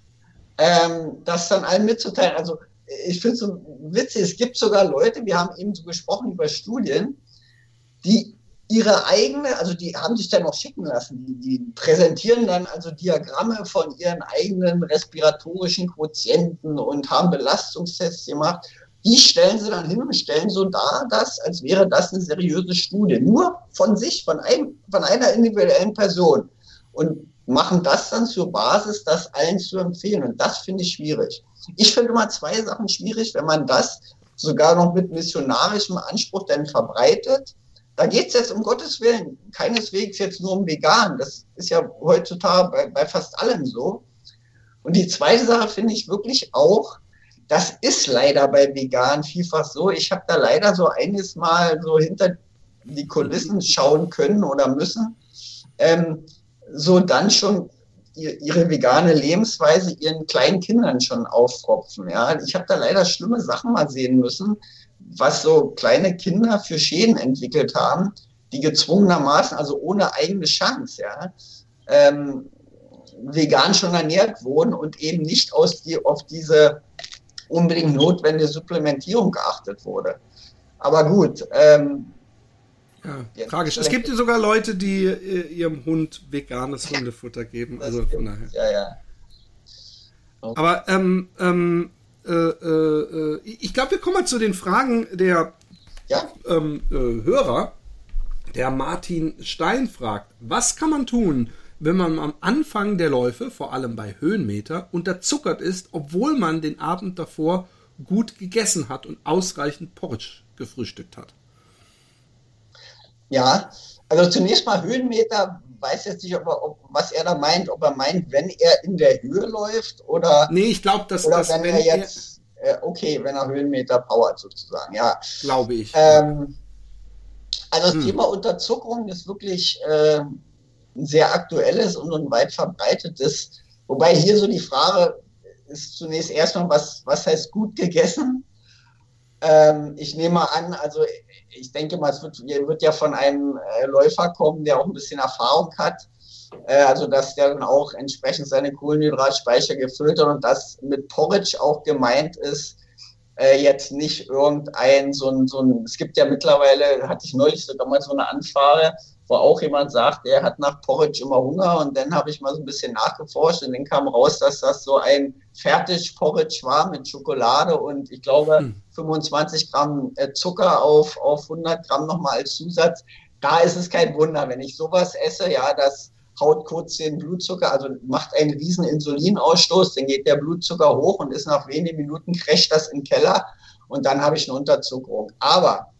Speaker 2: das dann allen mitzuteilen. Also ich finde es so witzig, es gibt sogar Leute, wir haben eben so gesprochen über Studien, die ihre eigene, also die haben sich dann auch schicken lassen, die präsentieren dann also Diagramme von ihren eigenen respiratorischen Quotienten und haben Belastungstests gemacht. Die stellen sie dann hin und stellen so dar, als wäre das eine seriöse Studie. Nur von sich, von einer individuellen Person. Und machen das dann zur Basis, das allen zu empfehlen. Und das finde ich schwierig. Ich finde immer zwei Sachen schwierig, wenn man das sogar noch mit missionarischem Anspruch dann verbreitet. Da geht es jetzt um Gottes Willen keineswegs jetzt nur um Vegan. Das ist ja heutzutage bei fast allem so. Und die zweite Sache finde ich wirklich auch, das ist leider bei Vegan vielfach so. Ich habe da leider so einiges Mal so hinter die Kulissen schauen können oder müssen. So dann schon ihre vegane Lebensweise ihren kleinen Kindern schon auftropfen. Ja? Ich habe da leider schlimme Sachen mal sehen müssen, was so kleine Kinder für Schäden entwickelt haben, die gezwungenermaßen, also ohne eigene Chance, vegan schon ernährt wurden und eben nicht auf diese unbedingt notwendige Supplementierung geachtet wurde. Aber gut,
Speaker 1: ja, tragisch. Es gibt ja sogar Leute, die ihrem Hund veganes Hundefutter geben. Also von daher.
Speaker 2: Ja.
Speaker 1: Okay. Aber ich glaube, wir kommen mal zu den Fragen der Hörer. Der Martin Stein fragt, was kann man tun, wenn man am Anfang der Läufe, vor allem bei Höhenmeter, unterzuckert ist, obwohl man den Abend davor gut gegessen hat und ausreichend Porridge gefrühstückt hat?
Speaker 2: Ja, also zunächst mal Höhenmeter, weiß jetzt nicht, was er da meint, ob er meint, wenn er in der Höhe läuft oder...
Speaker 1: Nee, ich glaube, dass
Speaker 2: wenn er jetzt, wenn er Höhenmeter powert sozusagen, ja.
Speaker 1: Glaube ich.
Speaker 2: Also das Thema Unterzuckerung ist wirklich ein sehr aktuelles und ein weit verbreitetes, wobei hier so die Frage ist zunächst erstmal, was heißt gut gegessen? Ich nehme mal an, also ich denke mal, es wird ja von einem Läufer kommen, der auch ein bisschen Erfahrung hat, also dass der dann auch entsprechend seine Kohlenhydratspeicher gefüllt hat und dass mit Porridge auch gemeint ist, jetzt nicht irgendein, es gibt ja mittlerweile, hatte ich neulich sogar mal so eine Anfrage, wo auch jemand sagt, er hat nach Porridge immer Hunger, und dann habe ich mal so ein bisschen nachgeforscht und dann kam raus, dass das so ein Fertig-Porridge war mit Schokolade und ich glaube 25 Gramm Zucker auf 100 Gramm nochmal als Zusatz. Da ist es kein Wunder, wenn ich sowas esse, ja, das haut kurz den Blutzucker, also macht einen riesen Insulinausstoß, dann geht der Blutzucker hoch und ist nach wenigen Minuten crasht das in den Keller und dann habe ich eine Unterzuckerung. Aber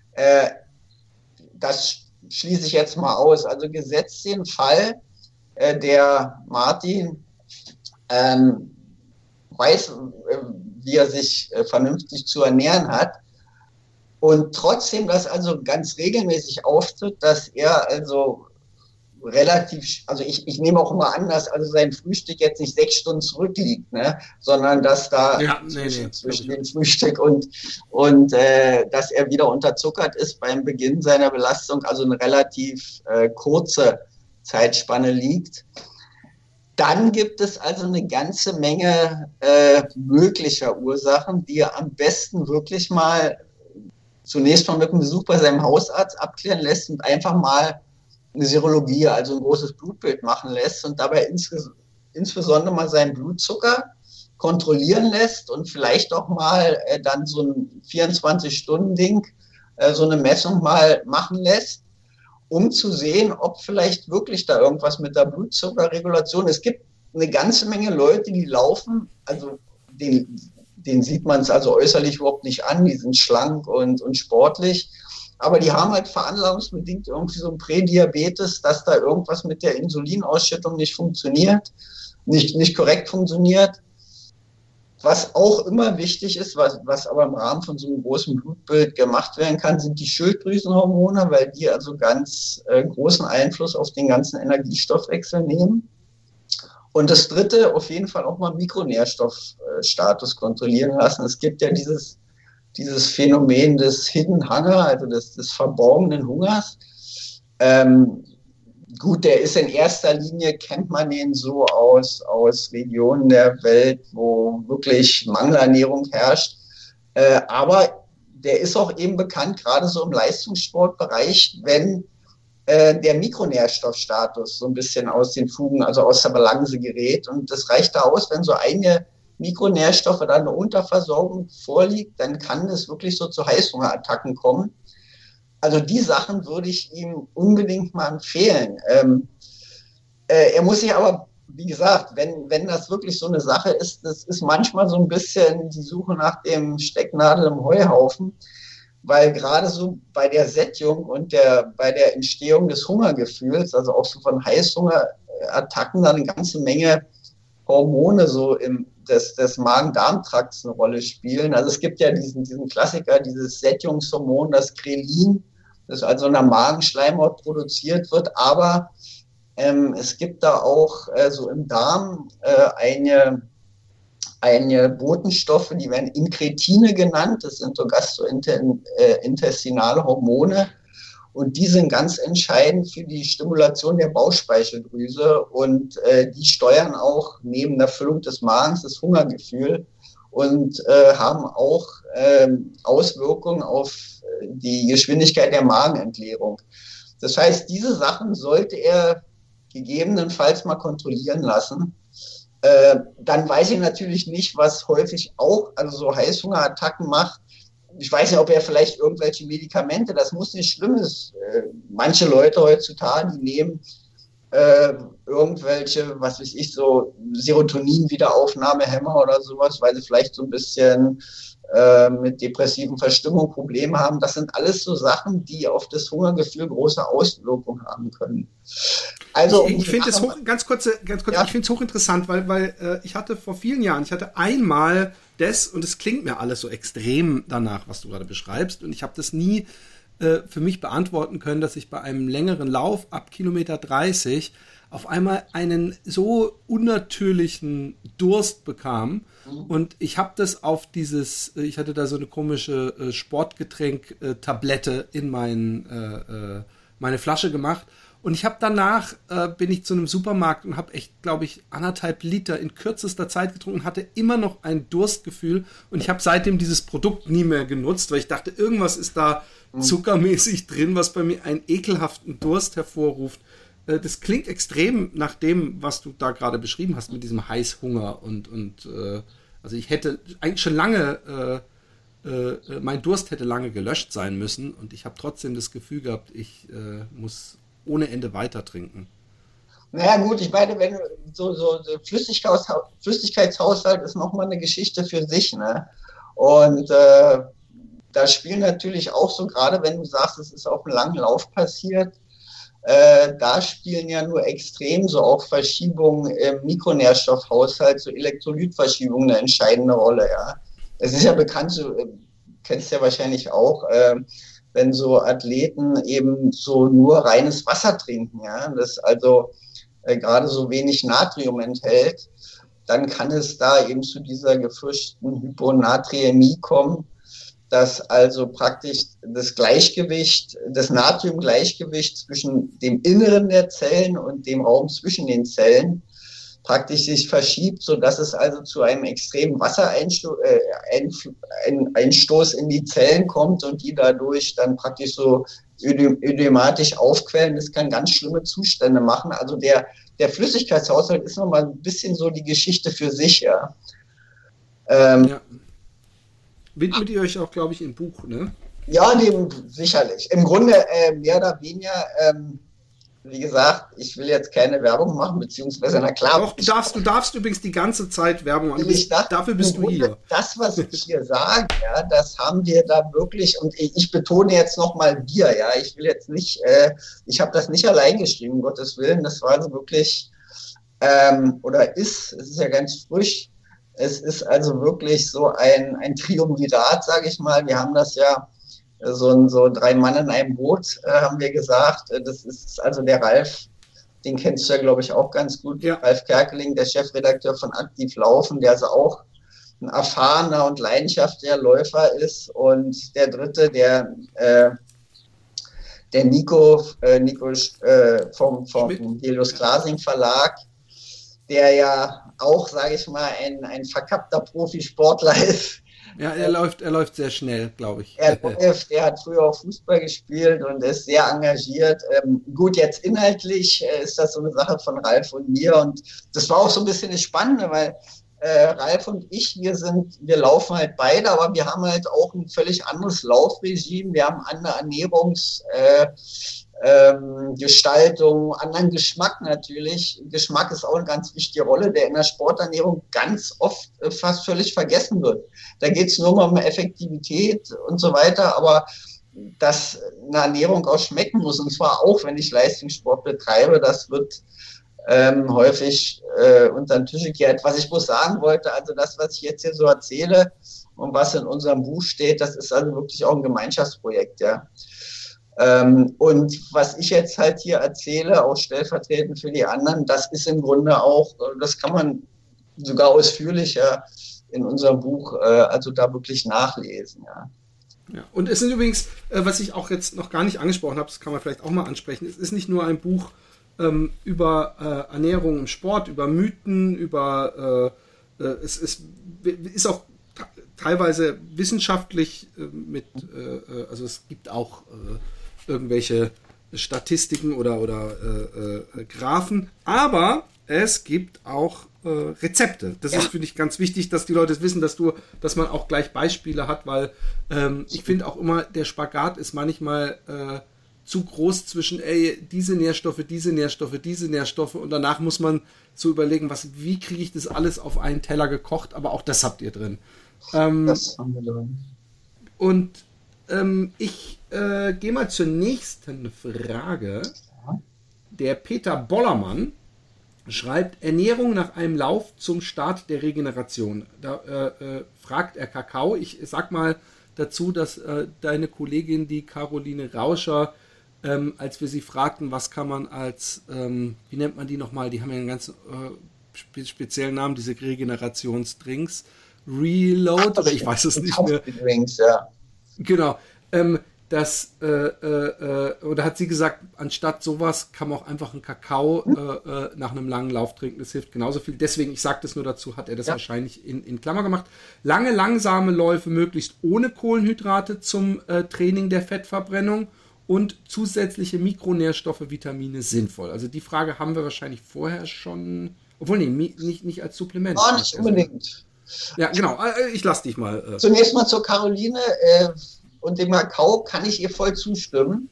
Speaker 2: das schließe ich jetzt mal aus. Also gesetzt den Fall, der Martin weiß, wie er sich vernünftig zu ernähren hat und trotzdem das also ganz regelmäßig auftritt, dass er also relativ, also ich nehme auch immer an, dass also sein Frühstück jetzt nicht 6 Stunden zurückliegt, ne? Sondern dass da zwischen dem Frühstück und dass er wieder unterzuckert ist beim Beginn seiner Belastung, also eine relativ kurze Zeitspanne liegt. Dann gibt es also eine ganze Menge möglicher Ursachen, die er am besten wirklich mal zunächst mal mit einem Besuch bei seinem Hausarzt abklären lässt und einfach mal eine Serologie, also ein großes Blutbild machen lässt und dabei insbesondere mal seinen Blutzucker kontrollieren lässt und vielleicht auch mal dann so ein 24-Stunden-Ding, so eine Messung mal machen lässt, um zu sehen, ob vielleicht wirklich da irgendwas mit der Blutzuckerregulation ist. Es gibt eine ganze Menge Leute, die laufen, also denen sieht man es also äußerlich überhaupt nicht an, die sind schlank und sportlich, aber die haben halt veranlagungsbedingt irgendwie so ein Prädiabetes, dass da irgendwas mit der Insulinausschüttung nicht funktioniert, nicht korrekt funktioniert. Was auch immer wichtig ist, was aber im Rahmen von so einem großen Blutbild gemacht werden kann, sind die Schilddrüsenhormone, weil die also ganz großen Einfluss auf den ganzen Energiestoffwechsel nehmen. Und das Dritte, auf jeden Fall auch mal Mikronährstoffstatus kontrollieren lassen. Es gibt ja dieses Phänomen des Hidden Hunger, also des verborgenen Hungers. Gut, der ist in erster Linie, kennt man den so aus Regionen der Welt, wo wirklich Mangelernährung herrscht. Aber der ist auch eben bekannt, gerade so im Leistungssportbereich, wenn der Mikronährstoffstatus so ein bisschen aus den Fugen, also aus der Balance gerät. Und das reicht da aus, wenn so einige Mikronährstoffe dann eine Unterversorgung vorliegt, dann kann es wirklich so zu Heißhungerattacken kommen. Also die Sachen würde ich ihm unbedingt mal empfehlen. Er muss sich aber, wie gesagt, wenn das wirklich so eine Sache ist, das ist manchmal so ein bisschen die Suche nach dem Stecknadel im Heuhaufen, weil gerade so bei der Sättigung und bei der Entstehung des Hungergefühls, also auch so von Heißhungerattacken, dann eine ganze Menge Hormone so des Magen-Darm-Trakts eine Rolle spielen. Also es gibt ja diesen Klassiker, dieses Sättigungshormon, das Grelin, das also in der Magenschleimhaut produziert wird, aber es gibt da auch so im Darm einige Botenstoffe, die werden Inkretine genannt, das sind so gastrointestinale Hormone und die sind ganz entscheidend für die Stimulation der Bauchspeicheldrüse und die steuern auch neben der Füllung des Magens das Hungergefühl und haben auch Auswirkungen auf die Geschwindigkeit der Magenentleerung. Das heißt, diese Sachen sollte er gegebenenfalls mal kontrollieren lassen. Dann weiß ich natürlich nicht, was häufig auch, also so Heißhungerattacken macht. Ich weiß nicht, ob er vielleicht irgendwelche Medikamente, das muss nicht schlimm sein. Manche Leute heutzutage, die nehmen irgendwelche, was weiß ich, so Serotonin-Wiederaufnahmehämmer oder sowas, weil sie vielleicht so ein bisschen mit depressiven Verstimmungen Probleme haben. Das sind alles so Sachen, die auf das Hungergefühl große Auswirkungen haben können.
Speaker 1: Also ich finde es ganz kurz, ja. Ich finde es hochinteressant, weil ich hatte vor vielen Jahren, einmal und es klingt mir alles so extrem danach, was du gerade beschreibst, und ich habe das nie für mich beantworten können, dass ich bei einem längeren Lauf ab Kilometer 30 auf einmal einen so unnatürlichen Durst bekam. Und ich habe das ich hatte da so eine komische Sportgetränk-Tablette in meine Flasche gemacht. Und ich habe danach, bin ich zu einem Supermarkt und habe echt, glaube ich, 1,5 Liter in kürzester Zeit getrunken, hatte immer noch ein Durstgefühl. Und ich habe seitdem dieses Produkt nie mehr genutzt, weil ich dachte, irgendwas ist da zuckermäßig drin, was bei mir einen ekelhaften Durst hervorruft. Das klingt extrem nach dem, was du da gerade beschrieben hast, mit diesem Heißhunger. Also ich hätte eigentlich schon lange... mein Durst hätte lange gelöscht sein müssen und ich habe trotzdem das Gefühl gehabt, ich muss ohne Ende weiter trinken.
Speaker 2: Naja, gut, ich meine, wenn so Flüssigkeitshaushalt ist nochmal eine Geschichte für sich, ne? Und da spielen natürlich auch so, gerade wenn du sagst, es ist auf einem langen Lauf passiert, da spielen ja nur extrem so auch Verschiebungen im Mikronährstoffhaushalt, so Elektrolytverschiebungen eine entscheidende Rolle, ja. Es ist ja bekannt, du kennst ja wahrscheinlich auch, wenn so Athleten eben so nur reines Wasser trinken, ja, das also gerade so wenig Natrium enthält, dann kann es da eben zu dieser gefürchteten Hyponatriämie kommen, dass also praktisch das Gleichgewicht, das Natriumgleichgewicht zwischen dem Inneren der Zellen und dem Raum zwischen den Zellen praktisch sich verschiebt, sodass es also zu einem extremen Wassereinstoß in die Zellen kommt und die dadurch dann praktisch so ödematisch aufquellen. Das kann ganz schlimme Zustände machen. Also der Flüssigkeitshaushalt ist nochmal ein bisschen so die Geschichte für sich, ja.
Speaker 1: Ja. Widmet ihr euch auch, glaube ich, im Buch, ne?
Speaker 2: Ja, sicherlich. Im Grunde mehr oder weniger, wie gesagt, ich will jetzt keine Werbung machen, beziehungsweise, na klar.
Speaker 1: Doch, du darfst übrigens die ganze Zeit Werbung machen. Dafür bist du hier.
Speaker 2: Das, was ich hier sage, ja, das haben wir da wirklich, und ich betone jetzt nochmal wir, ja, ich will jetzt nicht, ich habe das nicht allein geschrieben, um Gottes Willen, das war also wirklich, es ist ja ganz frisch, es ist also wirklich so ein Triumvirat, sage ich mal, wir haben das ja, so 3 Mann in einem Boot, haben wir gesagt. Das ist also der Ralf, den kennst du ja, glaube ich, auch ganz gut. Ja. Ralf Kerkeling, der Chefredakteur von Aktiv Laufen, der also auch ein erfahrener und leidenschaftlicher Läufer ist. Und der dritte, der Nico vom Helios Glasing Verlag, der ja auch, sage ich mal, ein verkappter Profisportler ist.
Speaker 1: Ja, er läuft sehr schnell, glaube ich.
Speaker 2: Er hat früher auch Fußball gespielt und ist sehr engagiert. Gut, jetzt inhaltlich ist das so eine Sache von Ralf und mir und das war auch so ein bisschen das Spannende, weil Ralf und ich, wir laufen halt beide, aber wir haben halt auch ein völlig anderes Laufregime. Wir haben andere Ernährungsgestaltung, anderen Geschmack natürlich. Geschmack ist auch eine ganz wichtige Rolle, der in der Sporternährung ganz oft fast völlig vergessen wird. Da geht es nur mal um Effektivität und so weiter, aber dass eine Ernährung auch schmecken muss, und zwar auch, wenn ich Leistungssport betreibe, das wird häufig unter den Tisch gekehrt. Was ich bloß sagen wollte, also das, was ich jetzt hier so erzähle und was in unserem Buch steht, das ist also wirklich auch ein Gemeinschaftsprojekt, ja. Und was ich jetzt halt hier erzähle, auch stellvertretend für die anderen, das ist im Grunde auch, das kann man sogar ausführlicher in unserem Buch, also da wirklich nachlesen, ja.
Speaker 1: Ja, und es sind übrigens, was ich auch jetzt noch gar nicht angesprochen habe, das kann man vielleicht auch mal ansprechen, es ist nicht nur ein Buch über Ernährung im Sport, über Mythen, es ist auch teilweise wissenschaftlich also es gibt auch irgendwelche Statistiken oder Graphen, aber es gibt auch Rezepte. Das ist, finde ich, ganz wichtig, dass die Leute wissen, dass man auch gleich Beispiele hat, weil ich finde auch immer, der Spagat ist manchmal zu groß zwischen diese Nährstoffe und danach muss man so überlegen, wie kriege ich das alles auf einen Teller gekocht, aber auch das habt ihr drin.
Speaker 2: Das haben wir drin.
Speaker 1: Und ich gehe mal zur nächsten Frage. Der Peter Bollermann schreibt: Ernährung nach einem Lauf zum Start der Regeneration. Da fragt er Kakao. Ich sag mal dazu, dass deine Kollegin, die Caroline Rauscher, als wir sie fragten, was kann man als, wie nennt man die nochmal, die haben ja einen ganz speziellen Namen, diese Regenerationsdrinks, Reload, oder ich weiß es nicht mehr.
Speaker 2: Drinks, ja.
Speaker 1: Genau. oder hat sie gesagt, anstatt sowas kann man auch einfach einen Kakao nach einem langen Lauf trinken, das hilft genauso viel. Deswegen, ich sage das nur dazu, hat er das wahrscheinlich in Klammer gemacht. Lange, langsame Läufe möglichst ohne Kohlenhydrate zum Training der Fettverbrennung und zusätzliche Mikronährstoffe, Vitamine sinnvoll. Also die Frage haben wir wahrscheinlich vorher schon, obwohl nicht als Supplement.
Speaker 2: Oh, nicht unbedingt.
Speaker 1: Ja, genau, ich lasse dich mal.
Speaker 2: Zunächst mal zur Caroline und dem Kakao kann ich ihr voll zustimmen.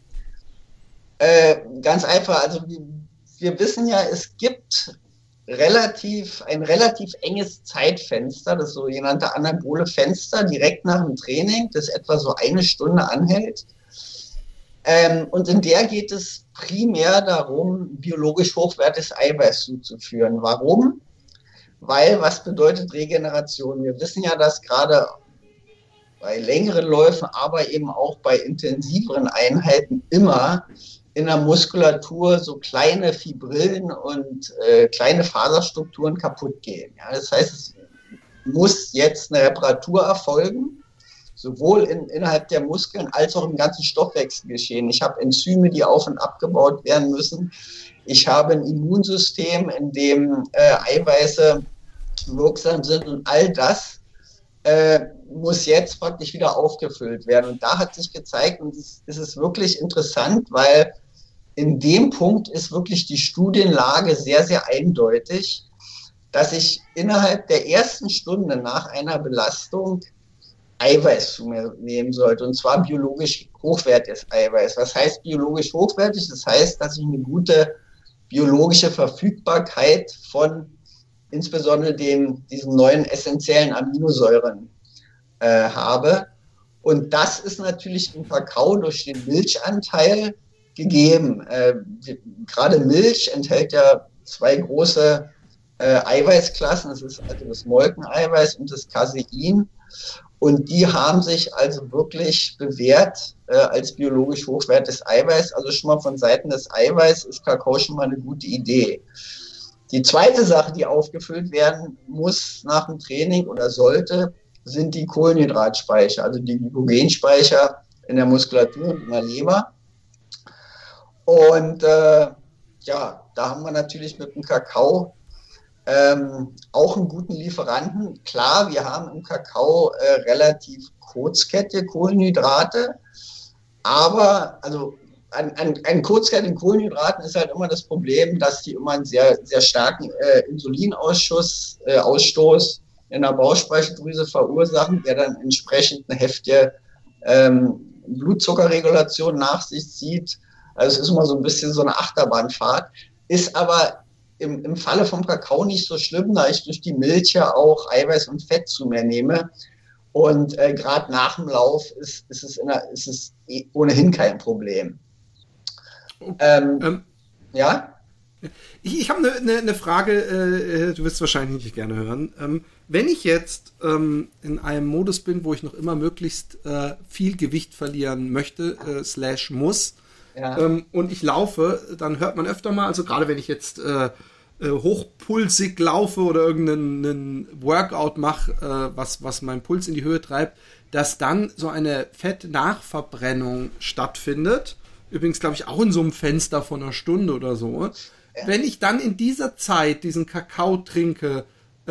Speaker 2: Ganz einfach, also wir wissen ja, es gibt ein relativ enges Zeitfenster, das sogenannte anabole Fenster, direkt nach dem Training, das etwa so 1 Stunde anhält. Und in der geht es primär darum, biologisch hochwertiges Eiweiß zuzuführen. Warum? Weil, was bedeutet Regeneration? Wir wissen ja, dass gerade bei längeren Läufen, aber eben auch bei intensiveren Einheiten immer in der Muskulatur so kleine Fibrillen und kleine Faserstrukturen kaputt gehen. Ja, das heißt, es muss jetzt eine Reparatur erfolgen, sowohl innerhalb der Muskeln als auch im ganzen Stoffwechselgeschehen. Ich habe Enzyme, die auf- und abgebaut werden müssen. Ich habe ein Immunsystem, in dem Eiweiße wirksam sind, und all das muss jetzt praktisch wieder aufgefüllt werden. Und da hat sich gezeigt, und es ist wirklich interessant, weil in dem Punkt ist wirklich die Studienlage sehr, sehr eindeutig, dass ich innerhalb der ersten Stunde nach einer Belastung Eiweiß zu mir nehmen sollte, und zwar biologisch hochwertiges Eiweiß. Was heißt biologisch hochwertig? Das heißt, dass ich eine gute biologische Verfügbarkeit von insbesondere diesen neuen essentiellen Aminosäuren habe. Und das ist natürlich im Kakao durch den Milchanteil gegeben. Gerade Milch enthält ja 2 große Eiweißklassen. Das ist also das Molkeneiweiß und das Casein. Und die haben sich also wirklich bewährt als biologisch hochwertiges Eiweiß. Also schon mal von Seiten des Eiweiß ist Kakao schon mal eine gute Idee. Die zweite Sache, die aufgefüllt werden muss nach dem Training oder sollte, sind die Kohlenhydratspeicher, also die Glykogenspeicher in der Muskulatur und in der Leber. Und da haben wir natürlich mit dem Kakao auch einen guten Lieferanten. Klar, wir haben im Kakao relativ kurzkettige Kohlenhydrate, aber also an kurzkettigen Kohlenhydraten ist halt immer das Problem, dass die immer einen sehr, sehr starken Insulinausstoß in der Bauchspeicheldrüse verursachen, der dann entsprechend eine heftige Blutzuckerregulation nach sich zieht. Also es ist immer so ein bisschen so eine Achterbahnfahrt, ist aber im Falle vom Kakao nicht so schlimm, da ich durch die Milch ja auch Eiweiß und Fett zu mir nehme. Und gerade nach dem Lauf ist es ohnehin kein Problem. Ja?
Speaker 1: Ich habe eine Frage, du wirst es wahrscheinlich nicht gerne hören. Wenn ich jetzt in einem Modus bin, wo ich noch immer möglichst viel Gewicht verlieren möchte, / muss, und ich laufe, dann hört man öfter mal, also gerade wenn ich jetzt hochpulsig laufe oder irgendeinen Workout mache, was meinen Puls in die Höhe treibt, dass dann so eine Fettnachverbrennung stattfindet. Übrigens, glaube ich, auch in so einem Fenster von 1 Stunde oder so. Ja. Wenn ich dann in dieser Zeit diesen Kakao trinke,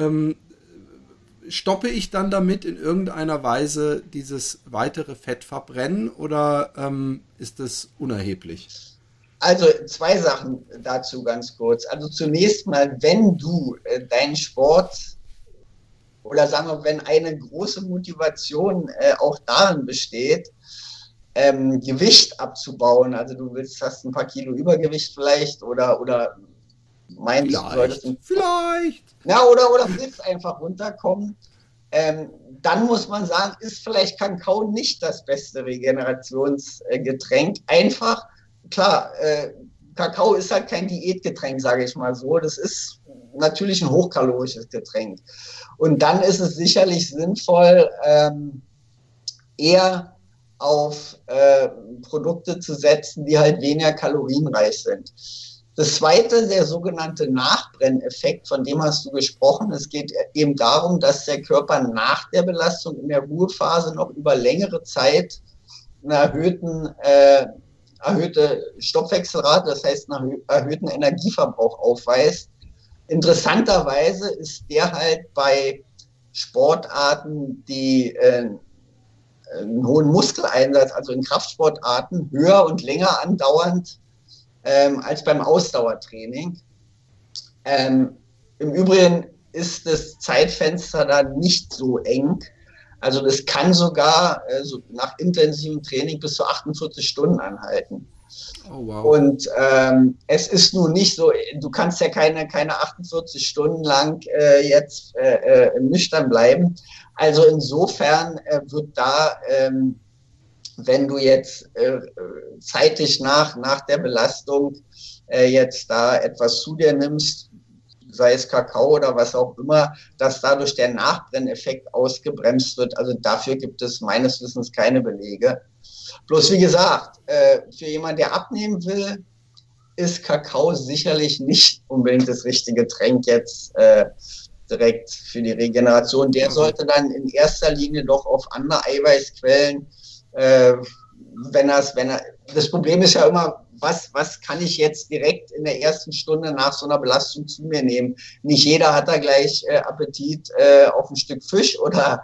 Speaker 1: stoppe ich dann damit in irgendeiner Weise dieses weitere Fettverbrennen oder ist das unerheblich?
Speaker 2: Also 2 Sachen dazu ganz kurz. Also zunächst mal, wenn du deinen Sport oder sagen wir, wenn eine große Motivation auch darin besteht, Gewicht abzubauen, also du hast ein paar Kilo Übergewicht vielleicht oder meinst du solltest
Speaker 1: vielleicht.
Speaker 2: Ja, oder willst einfach runterkommen, dann muss man sagen, ist vielleicht Kakao nicht das beste Regenerationsgetränk. Einfach, klar, Kakao ist halt kein Diätgetränk, sage ich mal so. Das ist natürlich ein hochkalorisches Getränk. Und dann ist es sicherlich sinnvoll, eher auf Produkte zu setzen, die halt weniger kalorienreich sind. Das zweite, der sogenannte Nachbrenneffekt, von dem hast du gesprochen. Es geht eben darum, dass der Körper nach der Belastung in der Ruhephase noch über längere Zeit einer erhöhte Stoffwechselrate, das heißt einen erhöhten Energieverbrauch aufweist. Interessanterweise ist der halt bei Sportarten, die einen hohen Muskeleinsatz, also in Kraftsportarten, höher und länger andauernd als beim Ausdauertraining. Im Übrigen ist das Zeitfenster da nicht so eng. Also das kann sogar so nach intensivem Training bis zu 48 Stunden anhalten.
Speaker 1: Oh, wow.
Speaker 2: Und es ist nun nicht so, du kannst ja keine 48 Stunden lang jetzt nüchtern bleiben. Also insofern wird da, wenn du jetzt zeitig nach der Belastung jetzt da etwas zu dir nimmst, sei es Kakao oder was auch immer, dass dadurch der Nachbrenneffekt ausgebremst wird. Also dafür gibt es meines Wissens keine Belege. Bloß wie gesagt, für jemanden, der abnehmen will, ist Kakao sicherlich nicht unbedingt das richtige Getränk jetzt direkt für die Regeneration. Der sollte dann in erster Linie doch auf andere Eiweißquellen, das Problem ist ja immer, was kann ich jetzt direkt in der ersten Stunde nach so einer Belastung zu mir nehmen? Nicht jeder hat da gleich Appetit auf ein Stück Fisch oder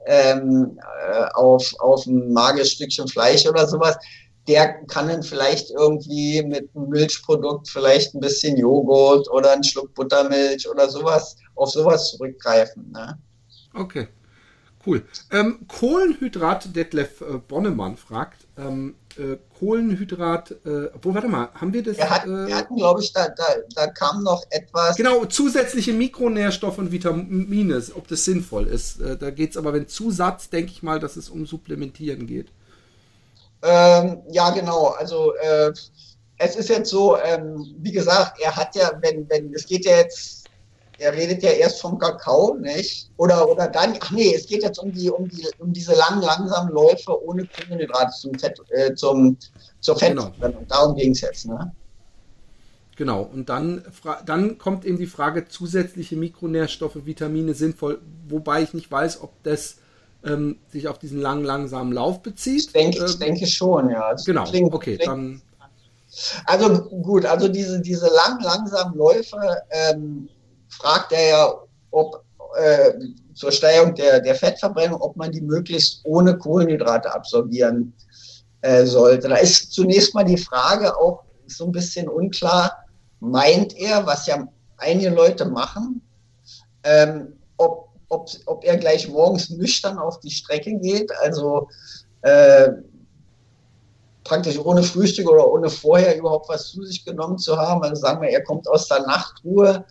Speaker 2: auf ein mageres Stückchen Fleisch oder sowas. Der kann dann vielleicht irgendwie mit einem Milchprodukt vielleicht ein bisschen Joghurt oder einen Schluck Buttermilch oder sowas, auf sowas zurückgreifen. Ne?
Speaker 1: Okay, cool. Kohlenhydrat, Detlef Bonnemann fragt, Kohlenhydrat, warte mal, haben wir das?
Speaker 2: Wir hatten, glaube ich, da kam noch etwas.
Speaker 1: Genau, zusätzliche Mikronährstoffe und Vitamine, ob das sinnvoll ist. Da geht es aber, wenn Zusatz, denke ich mal, dass es um Supplementieren geht.
Speaker 2: Ja, genau. Also es ist jetzt so, wie gesagt, er hat ja, es geht ja jetzt, er redet ja erst vom Kakao, nicht? Oder dann, es geht jetzt um diese langen, langsamen Läufe ohne Kohlenhydrate zur Fettverbrennung. Genau. Darum ging es jetzt, ne?
Speaker 1: Genau, und dann kommt eben die Frage, zusätzliche Mikronährstoffe, Vitamine sinnvoll, wobei ich nicht weiß, ob das sich auf diesen langen, langsamen Lauf bezieht.
Speaker 2: Ich denke schon, ja. Also
Speaker 1: genau, dann.
Speaker 2: Also gut, also diese langen, langsamen Läufe fragt er ja, ob zur Steigerung der Fettverbrennung, ob man die möglichst ohne Kohlenhydrate absorbieren sollte. Da ist zunächst mal die Frage auch so ein bisschen unklar, meint er, was ja einige Leute machen, ob er gleich morgens nüchtern auf die Strecke geht, also praktisch ohne Frühstück oder ohne vorher überhaupt was zu sich genommen zu haben. Also sagen wir, er kommt aus der Nachtruhe,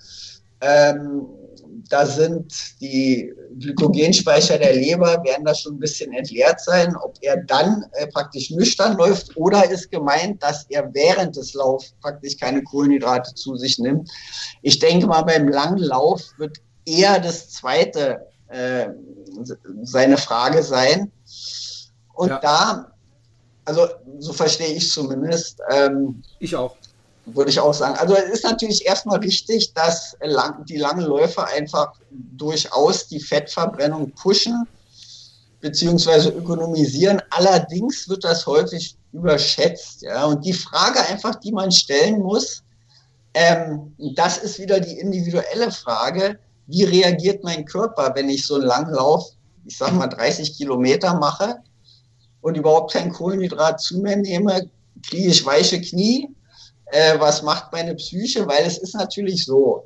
Speaker 2: da sind die Glykogenspeicher der Leber, werden da schon ein bisschen entleert sein. Ob er dann praktisch nüchtern läuft oder ist gemeint, dass er während des Laufs praktisch keine Kohlenhydrate zu sich nimmt. Ich denke mal, beim langen Lauf wird eher das Zweite seine Frage sein. Und da, also so verstehe ich zumindest.
Speaker 1: Ich auch.
Speaker 2: Würde ich auch sagen. Also es ist natürlich erstmal wichtig, dass die langen Läufe einfach durchaus die Fettverbrennung pushen bzw. ökonomisieren. Allerdings wird das häufig überschätzt. Ja? Und die Frage einfach, die man stellen muss, das ist wieder die individuelle Frage, wie reagiert mein Körper, wenn ich so einen langen Lauf, ich sag mal 30 Kilometer mache und überhaupt kein Kohlenhydrat zu mir nehme, kriege ich weiche Knie, was macht meine Psyche? Weil es ist natürlich so,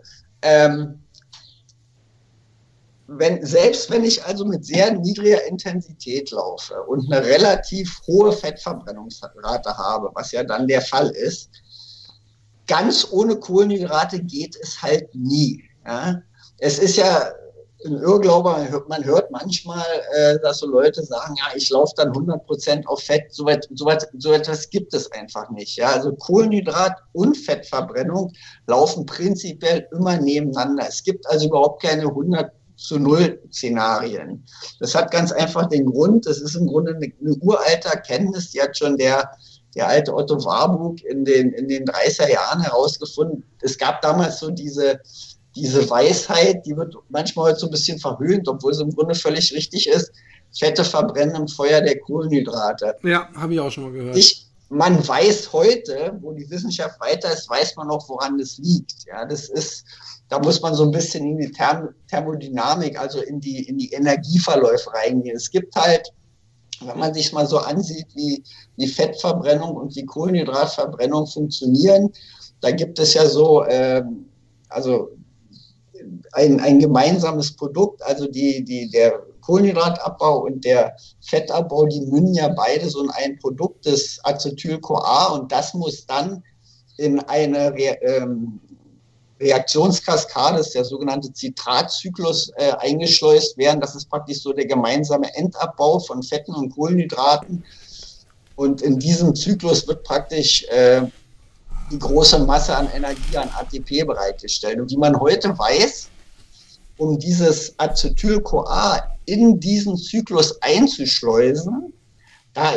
Speaker 2: selbst wenn ich also mit sehr niedriger Intensität laufe und eine relativ hohe Fettverbrennungsrate habe, was ja dann der Fall ist, ganz ohne Kohlenhydrate geht es halt nie. Ja? Es ist ja ein Irrglaube, man hört manchmal, dass so Leute sagen, ja, ich laufe dann 100% auf Fett, so etwas gibt es einfach nicht. Ja? Also Kohlenhydrat und Fettverbrennung laufen prinzipiell immer nebeneinander. Es gibt also überhaupt keine 100:0 Szenarien. Das hat ganz einfach den Grund, das ist im Grunde eine uralte Erkenntnis, die hat schon der alte Otto Warburg in den 30er Jahren herausgefunden. Es gab damals so diese Weisheit, die wird manchmal heute so ein bisschen verhöhnt, obwohl sie im Grunde völlig richtig ist. Fette verbrennen im Feuer der Kohlenhydrate.
Speaker 1: Ja, habe ich auch schon mal gehört.
Speaker 2: Man weiß heute, wo die Wissenschaft weiter ist, weiß man auch, woran das liegt. Ja, da muss man so ein bisschen in die Thermodynamik, also in die Energieverläufe reingehen. Es gibt halt, wenn man sich mal so ansieht, wie die Fettverbrennung und die Kohlenhydratverbrennung funktionieren, da gibt es ja so, also ein gemeinsames Produkt, also der Kohlenhydratabbau und der Fettabbau, die münden ja beide so in ein Produkt des Acetyl-CoA und das muss dann in eine Reaktionskaskade, das ist der sogenannte Zitratzyklus, eingeschleust werden. Das ist praktisch so der gemeinsame Endabbau von Fetten und Kohlenhydraten. Und in diesem Zyklus wird praktisch die große Masse an Energie, an ATP bereitgestellt. Und wie man heute weiß, um dieses Acetyl-CoA in diesen Zyklus einzuschleusen, da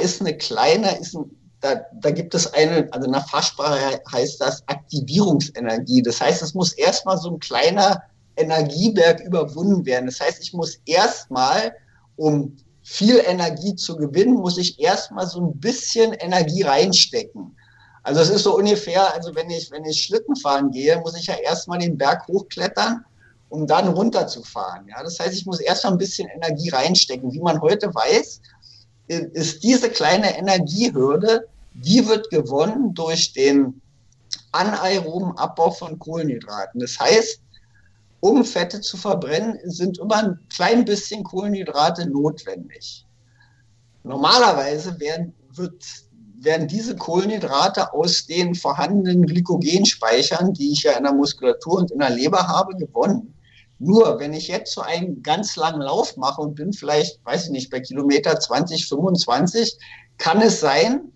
Speaker 2: gibt es also in der Fachsprache heißt das Aktivierungsenergie. Das heißt, es muss erstmal so ein kleiner Energieberg überwunden werden. Das heißt, ich muss erstmal, um viel Energie zu gewinnen, muss ich erstmal so ein bisschen Energie reinstecken. Also es ist so ungefähr, also wenn ich Schlitten fahren gehe, muss ich ja erstmal den Berg hochklettern, um dann runterzufahren. Ja? Das heißt, ich muss erstmal ein bisschen Energie reinstecken. Wie man heute weiß, ist diese kleine Energiehürde, die wird gewonnen durch den anaeroben Abbau von Kohlenhydraten. Das heißt, um Fette zu verbrennen, sind immer ein klein bisschen Kohlenhydrate notwendig. Normalerweise werden diese Kohlenhydrate aus den vorhandenen Glykogenspeichern, die ich ja in der Muskulatur und in der Leber habe, gewonnen. Nur, wenn ich jetzt so einen ganz langen Lauf mache und bin vielleicht, weiß ich nicht, bei Kilometer 20, 25, kann es sein,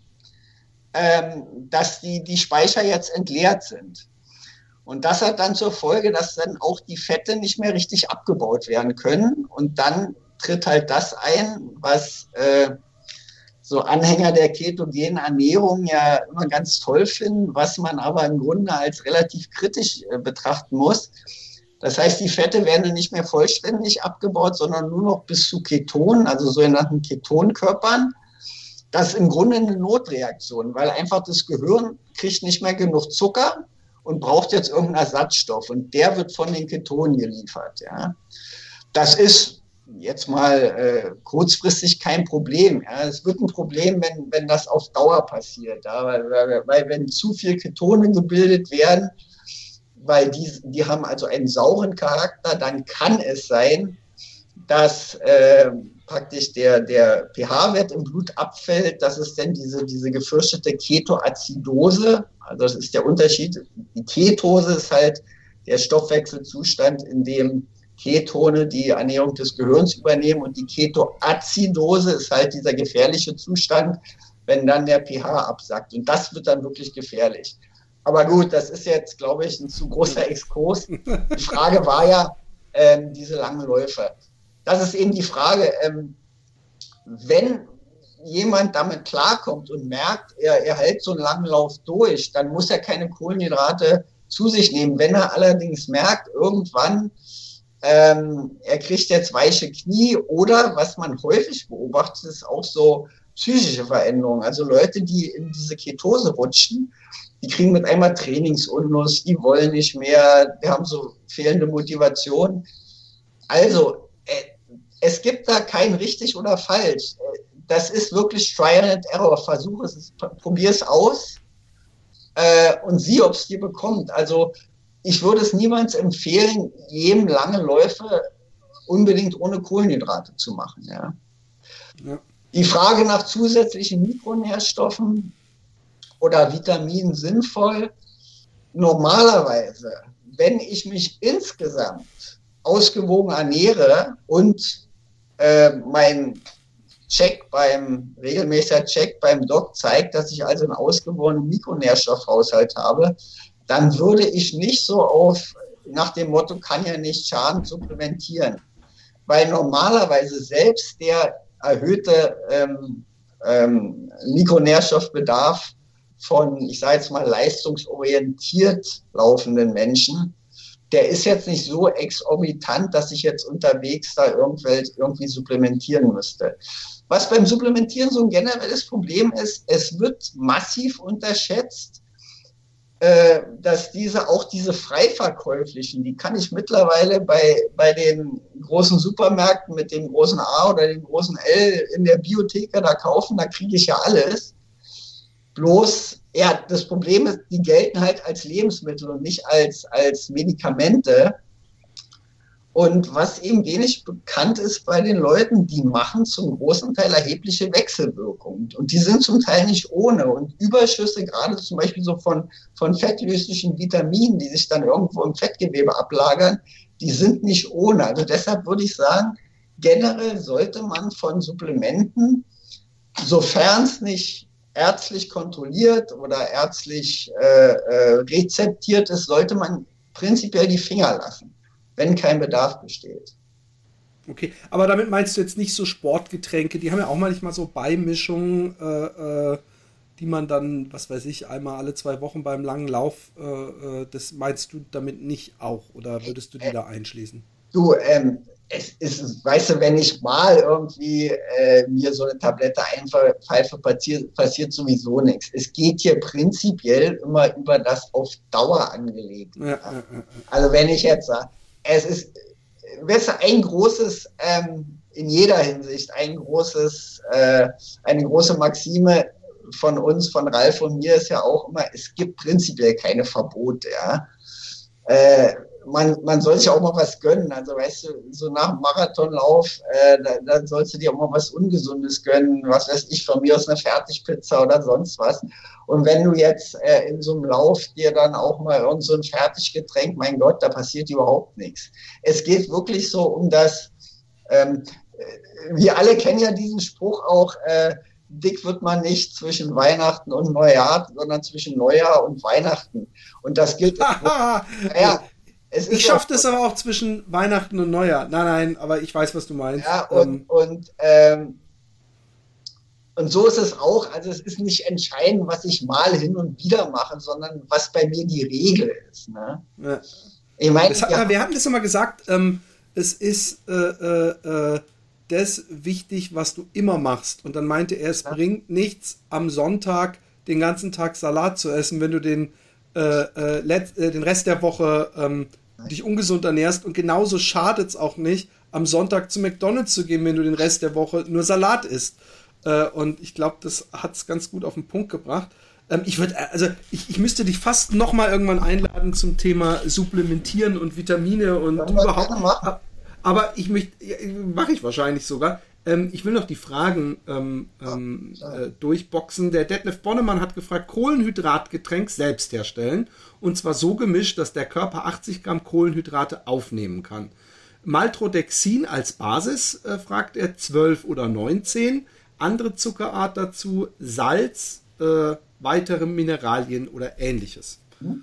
Speaker 2: dass die Speicher jetzt entleert sind. Und das hat dann zur Folge, dass dann auch die Fette nicht mehr richtig abgebaut werden können. Und dann tritt halt das ein, was so Anhänger der ketogenen Ernährung ja immer ganz toll finden, was man aber im Grunde als relativ kritisch betrachten muss. Das heißt, die Fette werden dann nicht mehr vollständig abgebaut, sondern nur noch bis zu Ketonen, also sogenannten Ketonkörpern. Das ist im Grunde eine Notreaktion, weil einfach das Gehirn kriegt nicht mehr genug Zucker und braucht jetzt irgendeinen Ersatzstoff. Und der wird von den Ketonen geliefert. Ja. Das ist jetzt mal kurzfristig kein Problem. Ja. Es wird ein Problem, wenn das auf Dauer passiert. Ja. Weil wenn zu viel Ketone gebildet werden, weil die haben also einen sauren Charakter, dann kann es sein, dass praktisch der pH-Wert im Blut abfällt. Das ist dann diese gefürchtete Ketoazidose. Also das ist der Unterschied. Die Ketose ist halt der Stoffwechselzustand, in dem Ketone die Ernährung des Gehirns übernehmen und die Ketoazidose ist halt dieser gefährliche Zustand, wenn dann der pH absackt. Und das wird dann wirklich gefährlich. Aber gut, das ist jetzt, glaube ich, ein zu großer Exkurs. Die Frage war ja, diese langen Läufe. Das ist eben die Frage, wenn jemand damit klarkommt und merkt, er hält so einen langen Lauf durch, dann muss er keine Kohlenhydrate zu sich nehmen. Wenn er allerdings merkt, irgendwann, er kriegt jetzt weiche Knie oder, was man häufig beobachtet, ist auch so psychische Veränderungen. Also Leute, die in diese Ketose rutschen, die kriegen mit einmal Trainingsunlust, die wollen nicht mehr, die haben so fehlende Motivation. Also, es gibt da kein richtig oder falsch. Das ist wirklich Trial and Error. Versuch es, probier es aus und sieh, ob es dir bekommt. Also, ich würde es niemals empfehlen, jedem lange Läufe unbedingt ohne Kohlenhydrate zu machen. Ja. Ja. Die Frage nach zusätzlichen Mikronährstoffen oder Vitaminen sinnvoll. Normalerweise, wenn ich mich insgesamt ausgewogen ernähre und mein regelmäßiger Check beim Doc zeigt, dass ich also einen ausgewogenen Mikronährstoffhaushalt habe, dann würde ich nicht so nach dem Motto, kann ja nicht schaden, supplementieren. Weil normalerweise selbst der erhöhte Mikronährstoffbedarf von, ich sage jetzt mal, leistungsorientiert laufenden Menschen, der ist jetzt nicht so exorbitant, dass ich jetzt unterwegs da irgendwie supplementieren müsste. Was beim Supplementieren so ein generelles Problem ist, es wird massiv unterschätzt, dass diese freiverkäuflichen, die kann ich mittlerweile bei den großen Supermärkten mit dem großen A oder dem großen L in der Biotheke da kaufen, da kriege ich ja alles. Bloß, ja, das Problem ist, die gelten halt als Lebensmittel und nicht als Medikamente. Und was eben wenig bekannt ist bei den Leuten, die machen zum großen Teil erhebliche Wechselwirkungen. Und die sind zum Teil nicht ohne. Und Überschüsse, gerade zum Beispiel so von fettlöslichen Vitaminen, die sich dann irgendwo im Fettgewebe ablagern, die sind nicht ohne. Also deshalb würde ich sagen, generell sollte man von Supplementen, sofern es nicht ärztlich kontrolliert oder ärztlich rezeptiert ist, sollte man prinzipiell die Finger lassen, wenn kein Bedarf besteht.
Speaker 1: Okay, aber damit meinst du jetzt nicht so Sportgetränke, die haben ja auch manchmal so Beimischungen, die man dann, was weiß ich, einmal alle 2 Wochen beim langen Lauf, das meinst du damit nicht auch, oder würdest du die da einschließen?
Speaker 2: Du, es ist, weißt du, wenn ich mal irgendwie mir so eine Tablette einpfeife, passiert sowieso nichts. Es geht hier prinzipiell immer über das auf Dauer angelegt.
Speaker 1: Ja.
Speaker 2: Also wenn ich jetzt sage, es ist, weißt du, ein großes, in jeder Hinsicht, eine große Maxime von uns, von Ralf und mir ist ja auch immer, es gibt prinzipiell keine Verbote, ja. Man soll sich auch mal was gönnen. Also weißt du, so nach dem Marathonlauf, da sollst du dir auch mal was Ungesundes gönnen, was weiß ich, von mir aus eine Fertigpizza oder sonst was. Und wenn du jetzt in so einem Lauf dir dann auch mal irgend so ein Fertiggetränk, mein Gott, da passiert überhaupt nichts. Es geht wirklich so um das, wir alle kennen ja diesen Spruch auch, dick wird man nicht zwischen Weihnachten und Neujahr, sondern zwischen Neujahr und Weihnachten. Und das gilt.
Speaker 1: Ja, ich schaffe das aber auch zwischen Weihnachten und Neujahr. Nein, aber ich weiß, was du meinst.
Speaker 2: Ja, und so ist es auch. Also es ist nicht entscheidend, was ich mal hin und wieder mache, sondern was bei mir die Regel ist. Ne?
Speaker 1: Ja.
Speaker 2: Ich meine,
Speaker 1: wir hatten das immer gesagt, es ist das wichtig, was du immer machst. Und dann meinte er, es bringt nichts, am Sonntag den ganzen Tag Salat zu essen, wenn du den Rest der Woche dich ungesund ernährst. Und genauso schadet es auch nicht, am Sonntag zu McDonald's zu gehen, wenn du den Rest der Woche nur Salat isst. Und ich glaube, das hat es ganz gut auf den Punkt gebracht. Ich müsste dich fast noch mal irgendwann einladen zum Thema Supplementieren und Vitamine und überhaupt. Aber mache ich wahrscheinlich sogar. Ich will noch die Fragen durchboxen. Der Detlef Bonnemann hat gefragt, Kohlenhydratgetränk selbst herstellen. Und zwar so gemischt, dass der Körper 80 Gramm Kohlenhydrate aufnehmen kann. Maltodexin als Basis, fragt er, 12 oder 19. Andere Zuckerart dazu, Salz, weitere Mineralien oder ähnliches.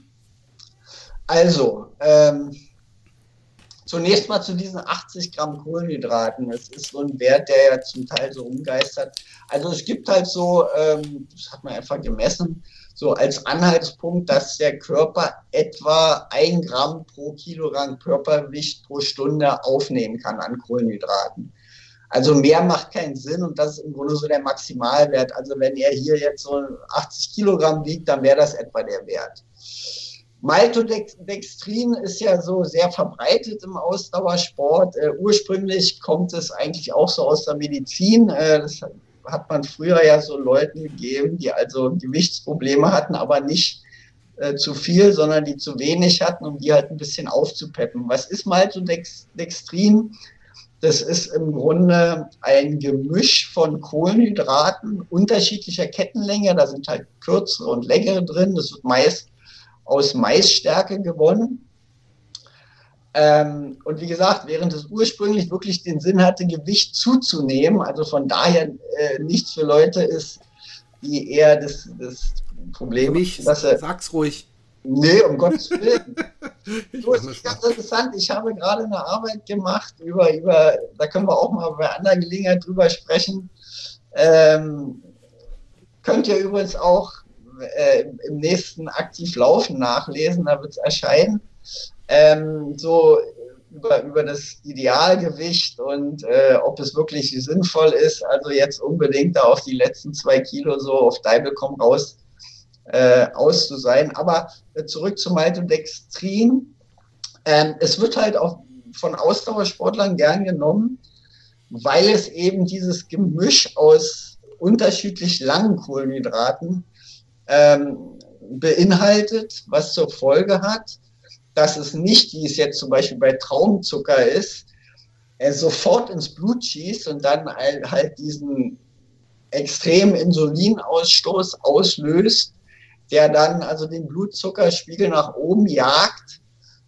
Speaker 2: Also, zunächst mal zu diesen 80 Gramm Kohlenhydraten. Das ist so ein Wert, der ja zum Teil so rumgeistert. Also es gibt halt so, das hat man einfach gemessen, so als Anhaltspunkt, dass der Körper etwa 1 Gramm pro Kilogramm Körpergewicht pro Stunde aufnehmen kann an Kohlenhydraten. Also mehr macht keinen Sinn und das ist im Grunde so der Maximalwert. Also wenn er hier jetzt so 80 Kilogramm wiegt, dann wäre das etwa der Wert. Maltodextrin ist ja so sehr verbreitet im Ausdauersport. Ursprünglich kommt es eigentlich auch so aus der Medizin. Das hat man früher ja so Leuten gegeben, die also Gewichtsprobleme hatten, aber nicht zu viel, sondern die zu wenig hatten, um die halt ein bisschen aufzupeppen. Was ist Maltodextrin? Das ist im Grunde ein Gemisch von Kohlenhydraten unterschiedlicher Kettenlänge. Da sind halt kürzere und längere drin. Das wird meist aus Maisstärke gewonnen. Und wie gesagt, während es ursprünglich wirklich den Sinn hatte, Gewicht zuzunehmen, also von daher nichts für Leute ist, die eher das Problem
Speaker 1: haben. Sag's ruhig.
Speaker 2: Nee, um Gottes Willen. So, es ist ganz interessant. Ich habe gerade eine Arbeit gemacht da können wir auch mal bei anderer Gelegenheit drüber sprechen. Könnt ihr übrigens auch im nächsten Aktiv Laufen nachlesen, da wird es erscheinen. so über das Idealgewicht und ob es wirklich sinnvoll ist, also jetzt unbedingt da auf die letzten 2 Kilo so auf Deibel komm raus aus zu sein. Aber zurück zu Maltodextrin. Es wird halt auch von Ausdauersportlern gern genommen, weil es eben dieses Gemisch aus unterschiedlich langen Kohlenhydraten beinhaltet, was zur Folge hat, dass es nicht, wie es jetzt zum Beispiel bei Traubenzucker ist, sofort ins Blut schießt und dann halt diesen extremen Insulinausstoß auslöst, der dann also den Blutzuckerspiegel nach oben jagt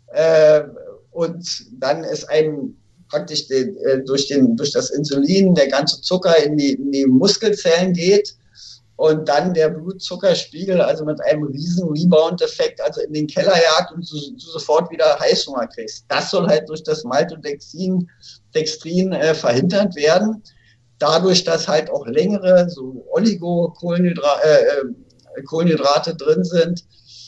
Speaker 2: und dann ist einem praktisch durch das Insulin der ganze Zucker in die Muskelzellen geht und dann der Blutzuckerspiegel also mit einem riesen Rebound-Effekt also in den Keller jagt und du sofort wieder Heißhunger kriegst. Das soll halt durch das Maltodextrin verhindert werden. Dadurch, dass halt auch längere so Kohlenhydrate drin sind,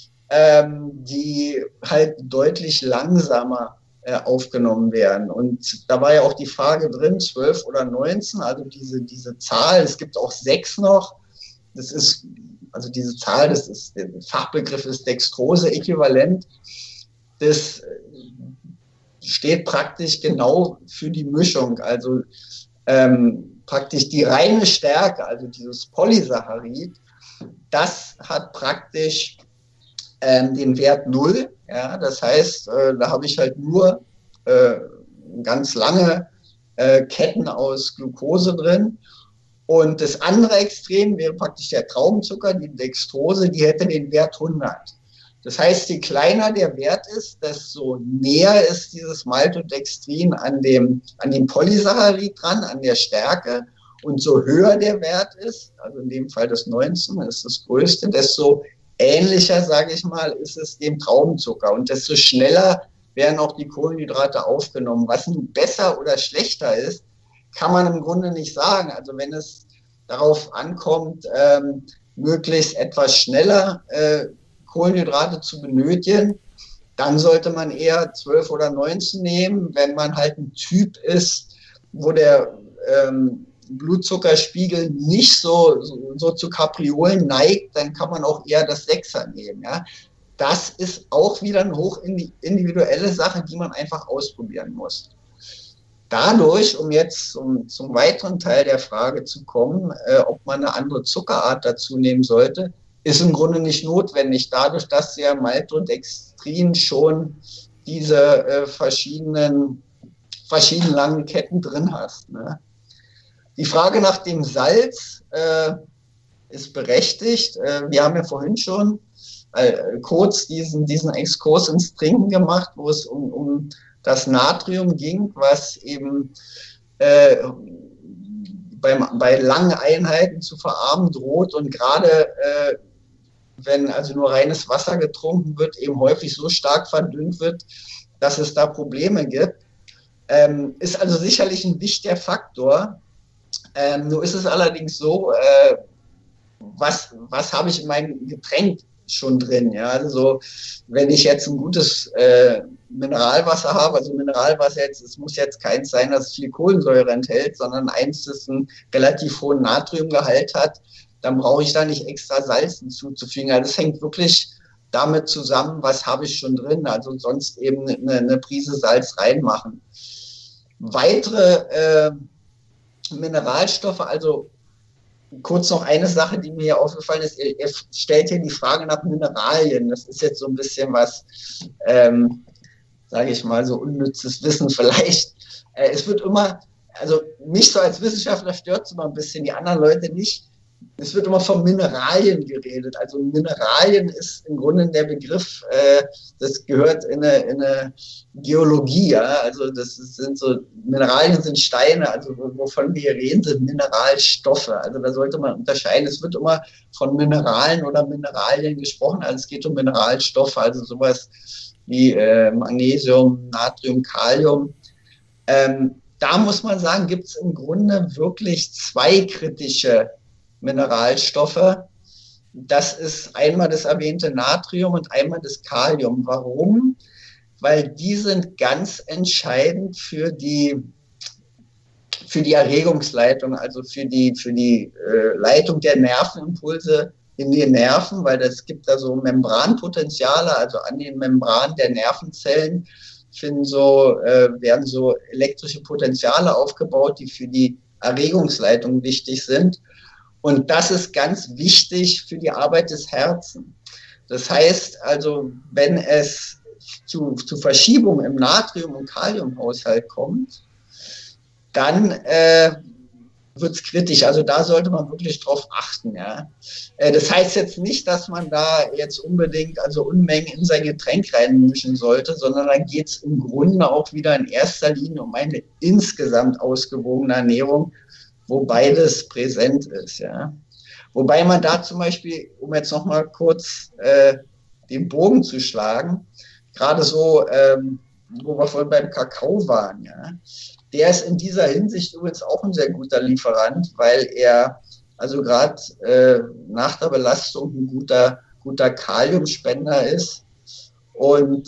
Speaker 2: die halt deutlich langsamer aufgenommen werden. Und da war ja auch die Frage drin, 12 oder 19, also diese Zahl, es gibt auch 6 noch. Das ist, also diese Zahl, das ist, der Fachbegriff ist Dextrose-Äquivalent. Das steht praktisch genau für die Mischung, also praktisch die reine Stärke, also dieses Polysaccharid, das hat praktisch den Wert 0. Ja, das heißt, da habe ich halt nur ganz lange Ketten aus Glucose drin. Und das andere Extrem wäre praktisch der Traubenzucker, die Dextrose, die hätte den Wert 100. Das heißt, je kleiner der Wert ist, desto näher ist dieses Maltodextrin an dem Polysaccharid dran, an der Stärke. Und so höher der Wert ist, also in dem Fall das 19 ist das größte, desto ähnlicher, sage ich mal, ist es dem Traubenzucker. Und desto schneller werden auch die Kohlenhydrate aufgenommen. Was nun besser oder schlechter ist, kann man im Grunde nicht sagen. Also wenn es darauf ankommt, möglichst etwas schneller Kohlenhydrate zu benötigen, dann sollte man eher 12 oder 19 nehmen. Wenn man halt ein Typ ist, wo der Blutzuckerspiegel nicht so zu Kapriolen neigt, dann kann man auch eher das 6er nehmen. Ja? Das ist auch wieder eine hochindividuelle Sache, die man einfach ausprobieren muss. Dadurch, um jetzt zum weiteren Teil der Frage zu kommen, ob man eine andere Zuckerart dazu nehmen sollte, ist im Grunde nicht notwendig, dadurch, dass ja Maltodextrin schon diese verschiedenen langen Ketten drin hast. Ne? Die Frage nach dem Salz ist berechtigt. Wir haben ja vorhin schon kurz diesen Exkurs ins Trinken gemacht, wo es um das Natrium ging, was eben bei langen Einheiten zu verarmen droht und gerade wenn also nur reines Wasser getrunken wird, eben häufig so stark verdünnt wird, dass es da Probleme gibt. Ist also sicherlich ein wichtiger Faktor. Nur ist es allerdings so, was habe ich in meinem Getränk schon drin? Ja? Also wenn ich jetzt ein gutes Mineralwasser habe, also Mineralwasser jetzt, es muss jetzt keins sein, das viel Kohlensäure enthält, sondern eins, das einen relativ hohen Natriumgehalt hat, dann brauche ich da nicht extra Salz hinzuzufügen. Also das hängt wirklich damit zusammen, was habe ich schon drin, also sonst eben eine Prise Salz reinmachen. Weitere Mineralstoffe, also kurz noch eine Sache, die mir hier aufgefallen ist, ihr stellt hier die Frage nach Mineralien. Das ist jetzt so ein bisschen was, sage ich mal, so unnützes Wissen vielleicht. Es wird immer, also mich so als Wissenschaftler stört es immer ein bisschen, die anderen Leute nicht. Es wird immer von Mineralien geredet. Also Mineralien ist im Grunde der Begriff, das gehört in eine Geologie. Ja? Also Mineralien sind Steine, also wovon wir hier reden, sind Mineralstoffe. Also da sollte man unterscheiden. Es wird immer von Mineralen oder Mineralien gesprochen. Also es geht um Mineralstoffe, also sowas wie Magnesium, Natrium, Kalium. Da muss man sagen, gibt es im Grunde wirklich 2 kritische Mineralstoffe. Das ist einmal das erwähnte Natrium und einmal das Kalium. Warum? weil die sind ganz entscheidend für die Erregungsleitung, also für die Leitung der Nervenimpulse in den Nerven, weil es gibt da so Membranpotenziale, also an den Membranen der Nervenzellen werden so elektrische Potenziale aufgebaut, die für die Erregungsleitung wichtig sind. Und das ist ganz wichtig für die Arbeit des Herzens. Das heißt also, wenn es zu Verschiebungen im Natrium- und Kaliumhaushalt kommt, dann wird es kritisch. Also da sollte man wirklich drauf achten. Ja. Das heißt jetzt nicht, dass man da jetzt unbedingt Unmengen in sein Getränk reinmischen sollte, sondern da geht es im Grunde auch wieder in erster Linie um eine insgesamt ausgewogene Ernährung, wo beides präsent ist. Ja. Wobei man da zum Beispiel, um jetzt noch mal kurz den Bogen zu schlagen, gerade so, wo wir vorhin beim Kakao waren, ja, der ist in dieser Hinsicht übrigens auch ein sehr guter Lieferant, weil er also gerade nach der Belastung ein guter Kaliumspender ist. Und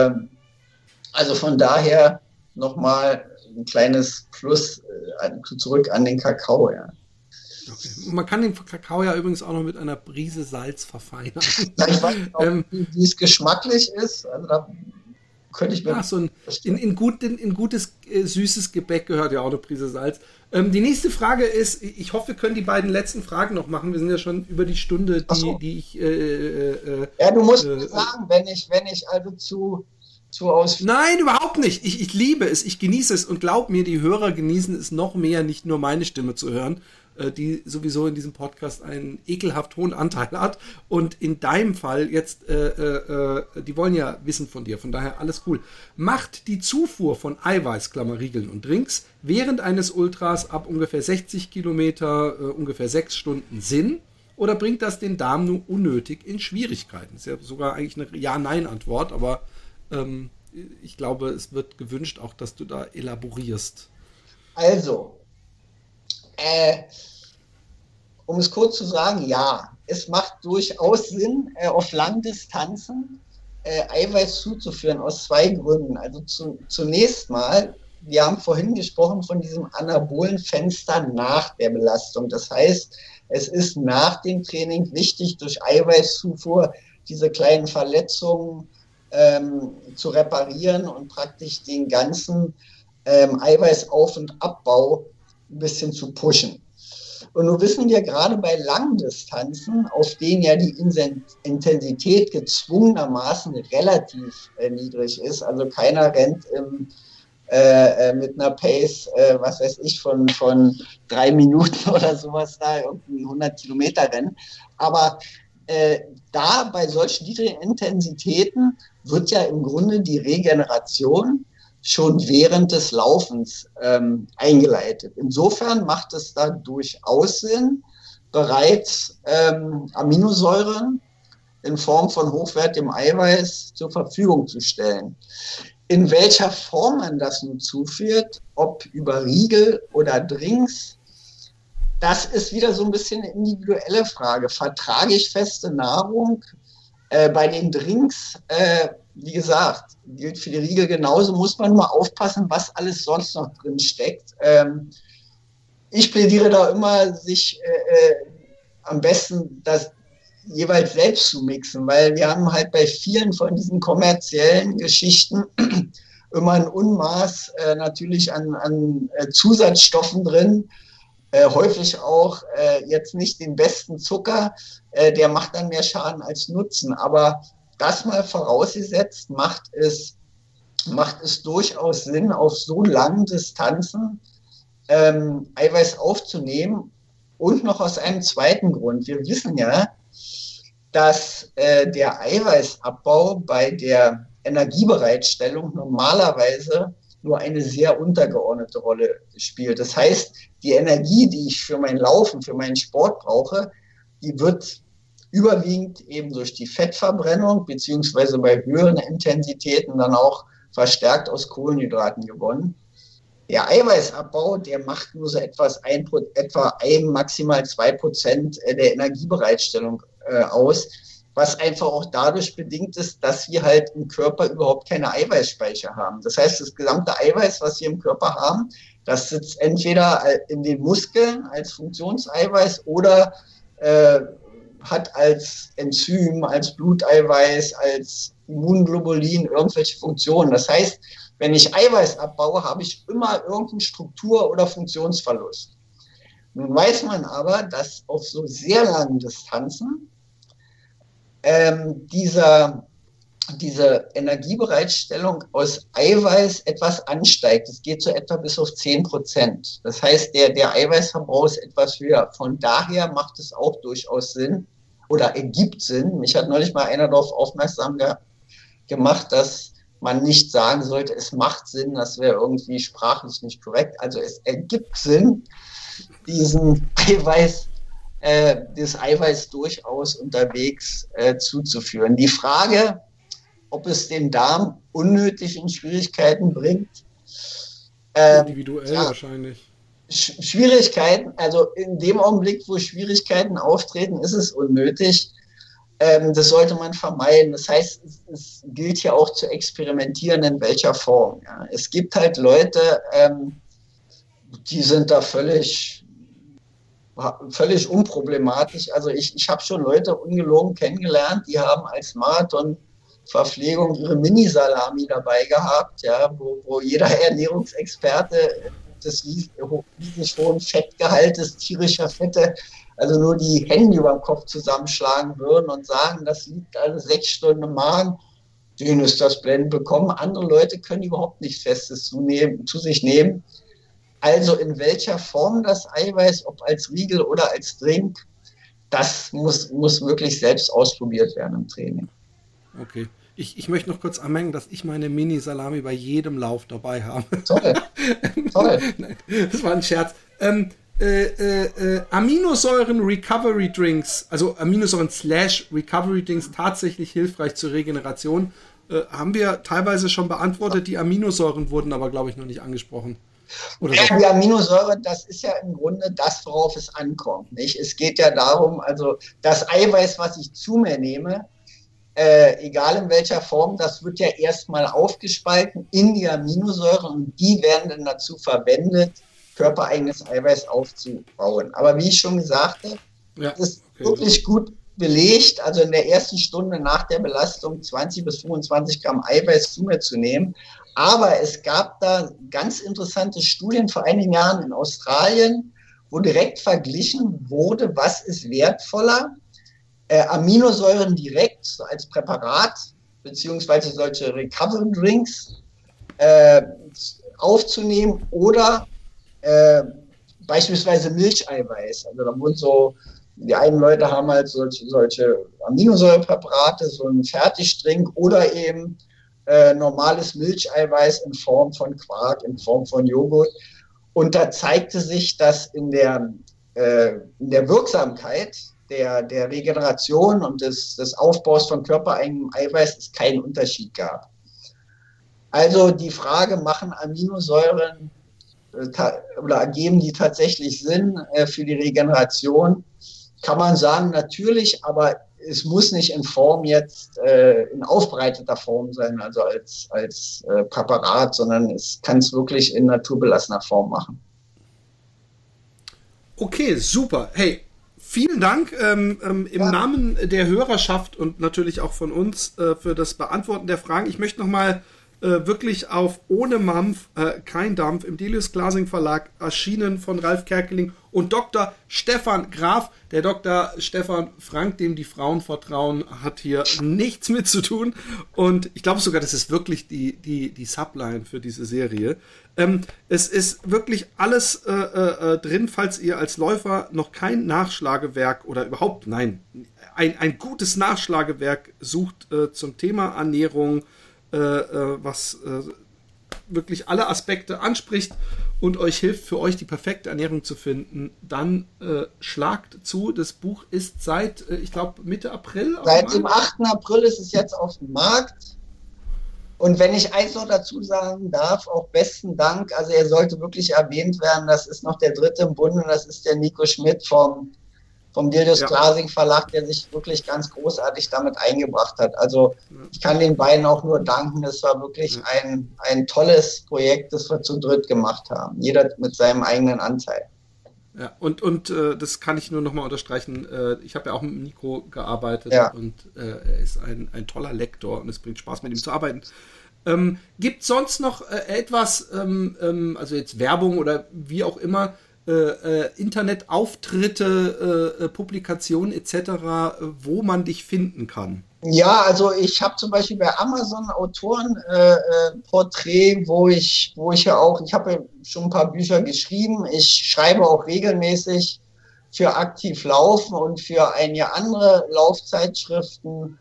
Speaker 2: also von daher nochmal ein kleines Plus zurück an den Kakao. Ja.
Speaker 1: Okay. Man kann den Kakao ja übrigens auch noch mit einer Prise Salz verfeinern.
Speaker 2: Ja, ich weiß auch, wie es geschmacklich ist. Also da könnte ich mir
Speaker 1: so in gutes, süßes Gebäck gehört ja auch eine Prise Salz. Die nächste Frage ist, ich hoffe, wir können die beiden letzten Fragen noch machen. Wir sind ja schon über die Stunde, die ich...
Speaker 2: ja, du musst mir sagen, wenn ich also zu ausführlich...
Speaker 1: Nein, überhaupt nicht. Ich liebe es, ich genieße es und glaub mir, die Hörer genießen es noch mehr, nicht nur meine Stimme zu hören, die sowieso in diesem Podcast einen ekelhaft hohen Anteil hat. Und in deinem Fall jetzt, die wollen ja wissen von dir, von daher alles cool. Macht die Zufuhr von Eiweiß, Riegeln und Drinks während eines Ultras ab ungefähr 60 Kilometer, ungefähr 6 Stunden Sinn? Oder bringt das den Darm nur unnötig in Schwierigkeiten? Das ist ja sogar eigentlich eine Ja-Nein-Antwort, aber ich glaube, es wird gewünscht auch, dass du da elaborierst.
Speaker 2: Also, um es kurz zu sagen, ja, es macht durchaus Sinn, auf Langdistanzen Eiweiß zuzuführen, aus 2 Gründen. Also zunächst mal, wir haben vorhin gesprochen von diesem anabolen Fenster nach der Belastung. Das heißt, es ist nach dem Training wichtig, durch Eiweißzufuhr diese kleinen Verletzungen zu reparieren und praktisch den ganzen Eiweißauf- und Abbau ein bisschen zu pushen. Und nun wissen wir gerade bei Langdistanzen, auf denen ja die Intensität gezwungenermaßen relativ niedrig ist, also keiner rennt mit einer Pace, was weiß ich, von 3 Minuten oder sowas da, irgendwie 100 Kilometer rennen, aber da bei solchen niedrigen Intensitäten wird ja im Grunde die Regeneration schon während des Laufens eingeleitet. Insofern macht es da durchaus Sinn, bereits Aminosäuren in Form von hochwertigem Eiweiß zur Verfügung zu stellen. In welcher Form man das nun zuführt, ob über Riegel oder Drinks, das ist wieder so ein bisschen eine individuelle Frage. Vertrage ich feste Nahrung? Bei den Drinks, wie gesagt, gilt für die Riegel genauso, muss man mal aufpassen, was alles sonst noch drin steckt. Ich plädiere da immer, sich am besten das jeweils selbst zu mixen, weil wir haben halt bei vielen von diesen kommerziellen Geschichten immer ein Unmaß natürlich an Zusatzstoffen drin, häufig auch jetzt nicht den besten Zucker, der macht dann mehr Schaden als Nutzen, aber das mal vorausgesetzt, macht es durchaus Sinn, auf so langen Distanzen Eiweiß aufzunehmen. Und noch aus einem zweiten Grund. Wir wissen ja, dass der Eiweißabbau bei der Energiebereitstellung normalerweise nur eine sehr untergeordnete Rolle spielt. Das heißt, die Energie, die ich für mein Laufen, für meinen Sport brauche, die wird überwiegend eben durch die Fettverbrennung beziehungsweise bei höheren Intensitäten dann auch verstärkt aus Kohlenhydraten gewonnen. Der Eiweißabbau, der macht nur so etwa 1, maximal 2% der Energiebereitstellung aus. was einfach auch dadurch bedingt ist, dass wir halt im Körper überhaupt keine Eiweißspeicher haben. Das heißt, das gesamte Eiweiß, was wir im Körper haben, das sitzt entweder in den Muskeln als Funktionseiweiß oder hat als Enzym, als Bluteiweiß, als Immunglobulin irgendwelche Funktionen. Das heißt, wenn ich Eiweiß abbaue, habe ich immer irgendeinen Struktur- oder Funktionsverlust. Nun weiß man aber, dass auf so sehr langen Distanzen diese Energiebereitstellung aus Eiweiß etwas ansteigt. Es geht so etwa bis auf 10%. Das heißt, der Eiweißverbrauch ist etwas höher. Von daher macht es auch durchaus Sinn oder ergibt Sinn. Mich hat neulich mal einer darauf aufmerksam gemacht, dass man nicht sagen sollte, es macht Sinn, das wäre irgendwie sprachlich nicht korrekt. Also es ergibt Sinn, das Eiweiß durchaus unterwegs zuzuführen. Die Frage, ob es den Darm unnötig in Schwierigkeiten bringt.
Speaker 1: Individuell wahrscheinlich.
Speaker 2: Schwierigkeiten, also in dem Augenblick, wo Schwierigkeiten auftreten, ist es unnötig. Das sollte man vermeiden. Das heißt, es gilt ja auch zu experimentieren, in welcher Form. Ja. Es gibt halt Leute, die sind da völlig unproblematisch. Also ich habe schon Leute ungelogen kennengelernt, die haben als Marathonverpflegung ihre Mini-Salami dabei gehabt, ja, wo jeder Ernährungsexperte des riesig hohen Fettgehaltes, tierischer Fette, also nur die Hände über dem Kopf zusammenschlagen würden und sagen, das liegt alle 6 Stunden im Magen, denen ist das blendend bekommen. Andere Leute können überhaupt nichts Festes zu sich nehmen. Also in welcher Form das Eiweiß, ob als Riegel oder als Drink, das muss wirklich selbst ausprobiert werden im Training.
Speaker 1: Okay. Ich möchte noch kurz anmerken, dass ich meine Mini-Salami bei jedem Lauf dabei habe.
Speaker 2: Toll.
Speaker 1: Das war ein Scherz. Aminosäuren Recovery Drinks, also Aminosäuren / Recovery Drinks, tatsächlich hilfreich zur Regeneration, haben wir teilweise schon beantwortet. Die Aminosäuren wurden aber, glaube ich, noch nicht angesprochen.
Speaker 2: Ja, die Aminosäure, das ist ja im Grunde das, worauf es ankommt. Nicht? Es geht ja darum, also das Eiweiß, was ich zu mir nehme, egal in welcher Form, das wird ja erstmal aufgespalten in die Aminosäuren und die werden dann dazu verwendet, körpereigenes Eiweiß aufzubauen. Aber wie ich schon gesagt habe, das ist wirklich gut belegt, also in der ersten Stunde nach der Belastung 20 bis 25 Gramm Eiweiß zu mir zu nehmen. Aber es gab da ganz interessante Studien vor einigen Jahren in Australien, wo direkt verglichen wurde, was ist wertvoller, Aminosäuren direkt als Präparat beziehungsweise solche Recovery Drinks aufzunehmen oder beispielsweise Milcheiweiß. Also da wurden die einen Leute haben halt solche Aminosäurepräparate, so einen Fertigdrink oder eben normales Milcheiweiß in Form von Quark, in Form von Joghurt. Und da zeigte sich, dass in der Wirksamkeit der Regeneration und des Aufbaus von körpereigenem Eiweiß es keinen Unterschied gab. Also die Frage, machen Aminosäuren oder ergeben die tatsächlich Sinn für die Regeneration, kann man sagen, natürlich, aber es muss nicht in Form jetzt in aufbereiteter Form sein, also als Präparat, sondern es kann es wirklich in naturbelassener Form machen.
Speaker 1: Okay, super. Hey, vielen Dank im Namen der Hörerschaft und natürlich auch von uns für das Beantworten der Fragen. Ich möchte nochmal wirklich auf Ohne Mampf, kein Dampf, im Delius Glasing Verlag, erschienen von Ralf Kerkeling und Dr. Stefan Graf. Der Dr. Stefan Frank, dem die Frauen vertrauen, hat hier nichts mit zu tun. Und ich glaube sogar, das ist wirklich die Subline für diese Serie. Es ist wirklich alles drin, falls ihr als Läufer noch kein Nachschlagewerk oder überhaupt, ein gutes Nachschlagewerk sucht zum Thema Ernährung, was wirklich alle Aspekte anspricht und euch hilft, für euch die perfekte Ernährung zu finden, dann schlagt zu. Das Buch ist seit, ich glaube, Mitte April.
Speaker 2: Seit dem 8. April ist es jetzt auf dem Markt. Und wenn ich eins noch dazu sagen darf, auch besten Dank, also er sollte wirklich erwähnt werden, das ist noch der dritte im Bunde, das ist der Nico Schmidt vom vom Delius Glasing Verlag, der sich wirklich ganz großartig damit eingebracht hat. Also ich kann den beiden auch nur danken. Es war wirklich ein tolles Projekt, das wir zu dritt gemacht haben. Jeder mit seinem eigenen Anteil.
Speaker 1: Ja, und das kann ich nur nochmal unterstreichen. Ich habe ja auch mit Nico gearbeitet und er ist ein toller Lektor und es bringt Spaß, mit ihm zu arbeiten. Gibt es sonst noch etwas, also jetzt Werbung oder wie auch immer, Internetauftritte, Publikationen etc., wo man dich finden kann?
Speaker 2: Ja, also ich habe zum Beispiel bei Amazon Autorenporträt, wo ich ja auch, ich habe ja schon ein paar Bücher geschrieben, ich schreibe auch regelmäßig für Aktiv Laufen und für einige andere Laufzeitschriften.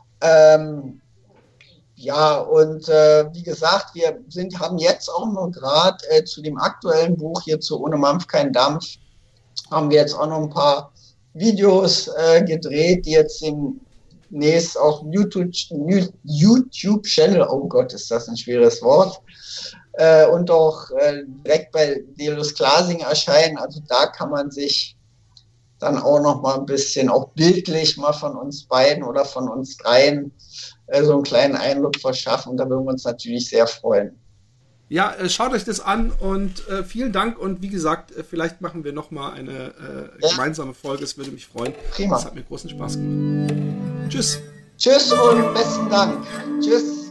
Speaker 2: Ja, und wie gesagt, wir haben jetzt auch noch gerade zu dem aktuellen Buch hier zu Ohne Mampf kein Dampf, haben wir jetzt auch noch ein paar Videos gedreht, die jetzt demnächst auf YouTube-Channel, oh Gott, ist das ein schweres Wort, und auch direkt bei Delius Glasing erscheinen. Also da kann man sich dann auch noch mal ein bisschen, auch bildlich mal von uns beiden oder von uns dreien so einen kleinen Eindruck verschaffen. Da würden wir uns natürlich sehr freuen.
Speaker 1: Ja, schaut euch das an und vielen Dank. Und wie gesagt, vielleicht machen wir noch mal eine gemeinsame Folge. Es würde mich freuen.
Speaker 2: Prima.
Speaker 1: Das hat mir großen Spaß gemacht. Tschüss.
Speaker 2: Tschüss und besten Dank. Tschüss.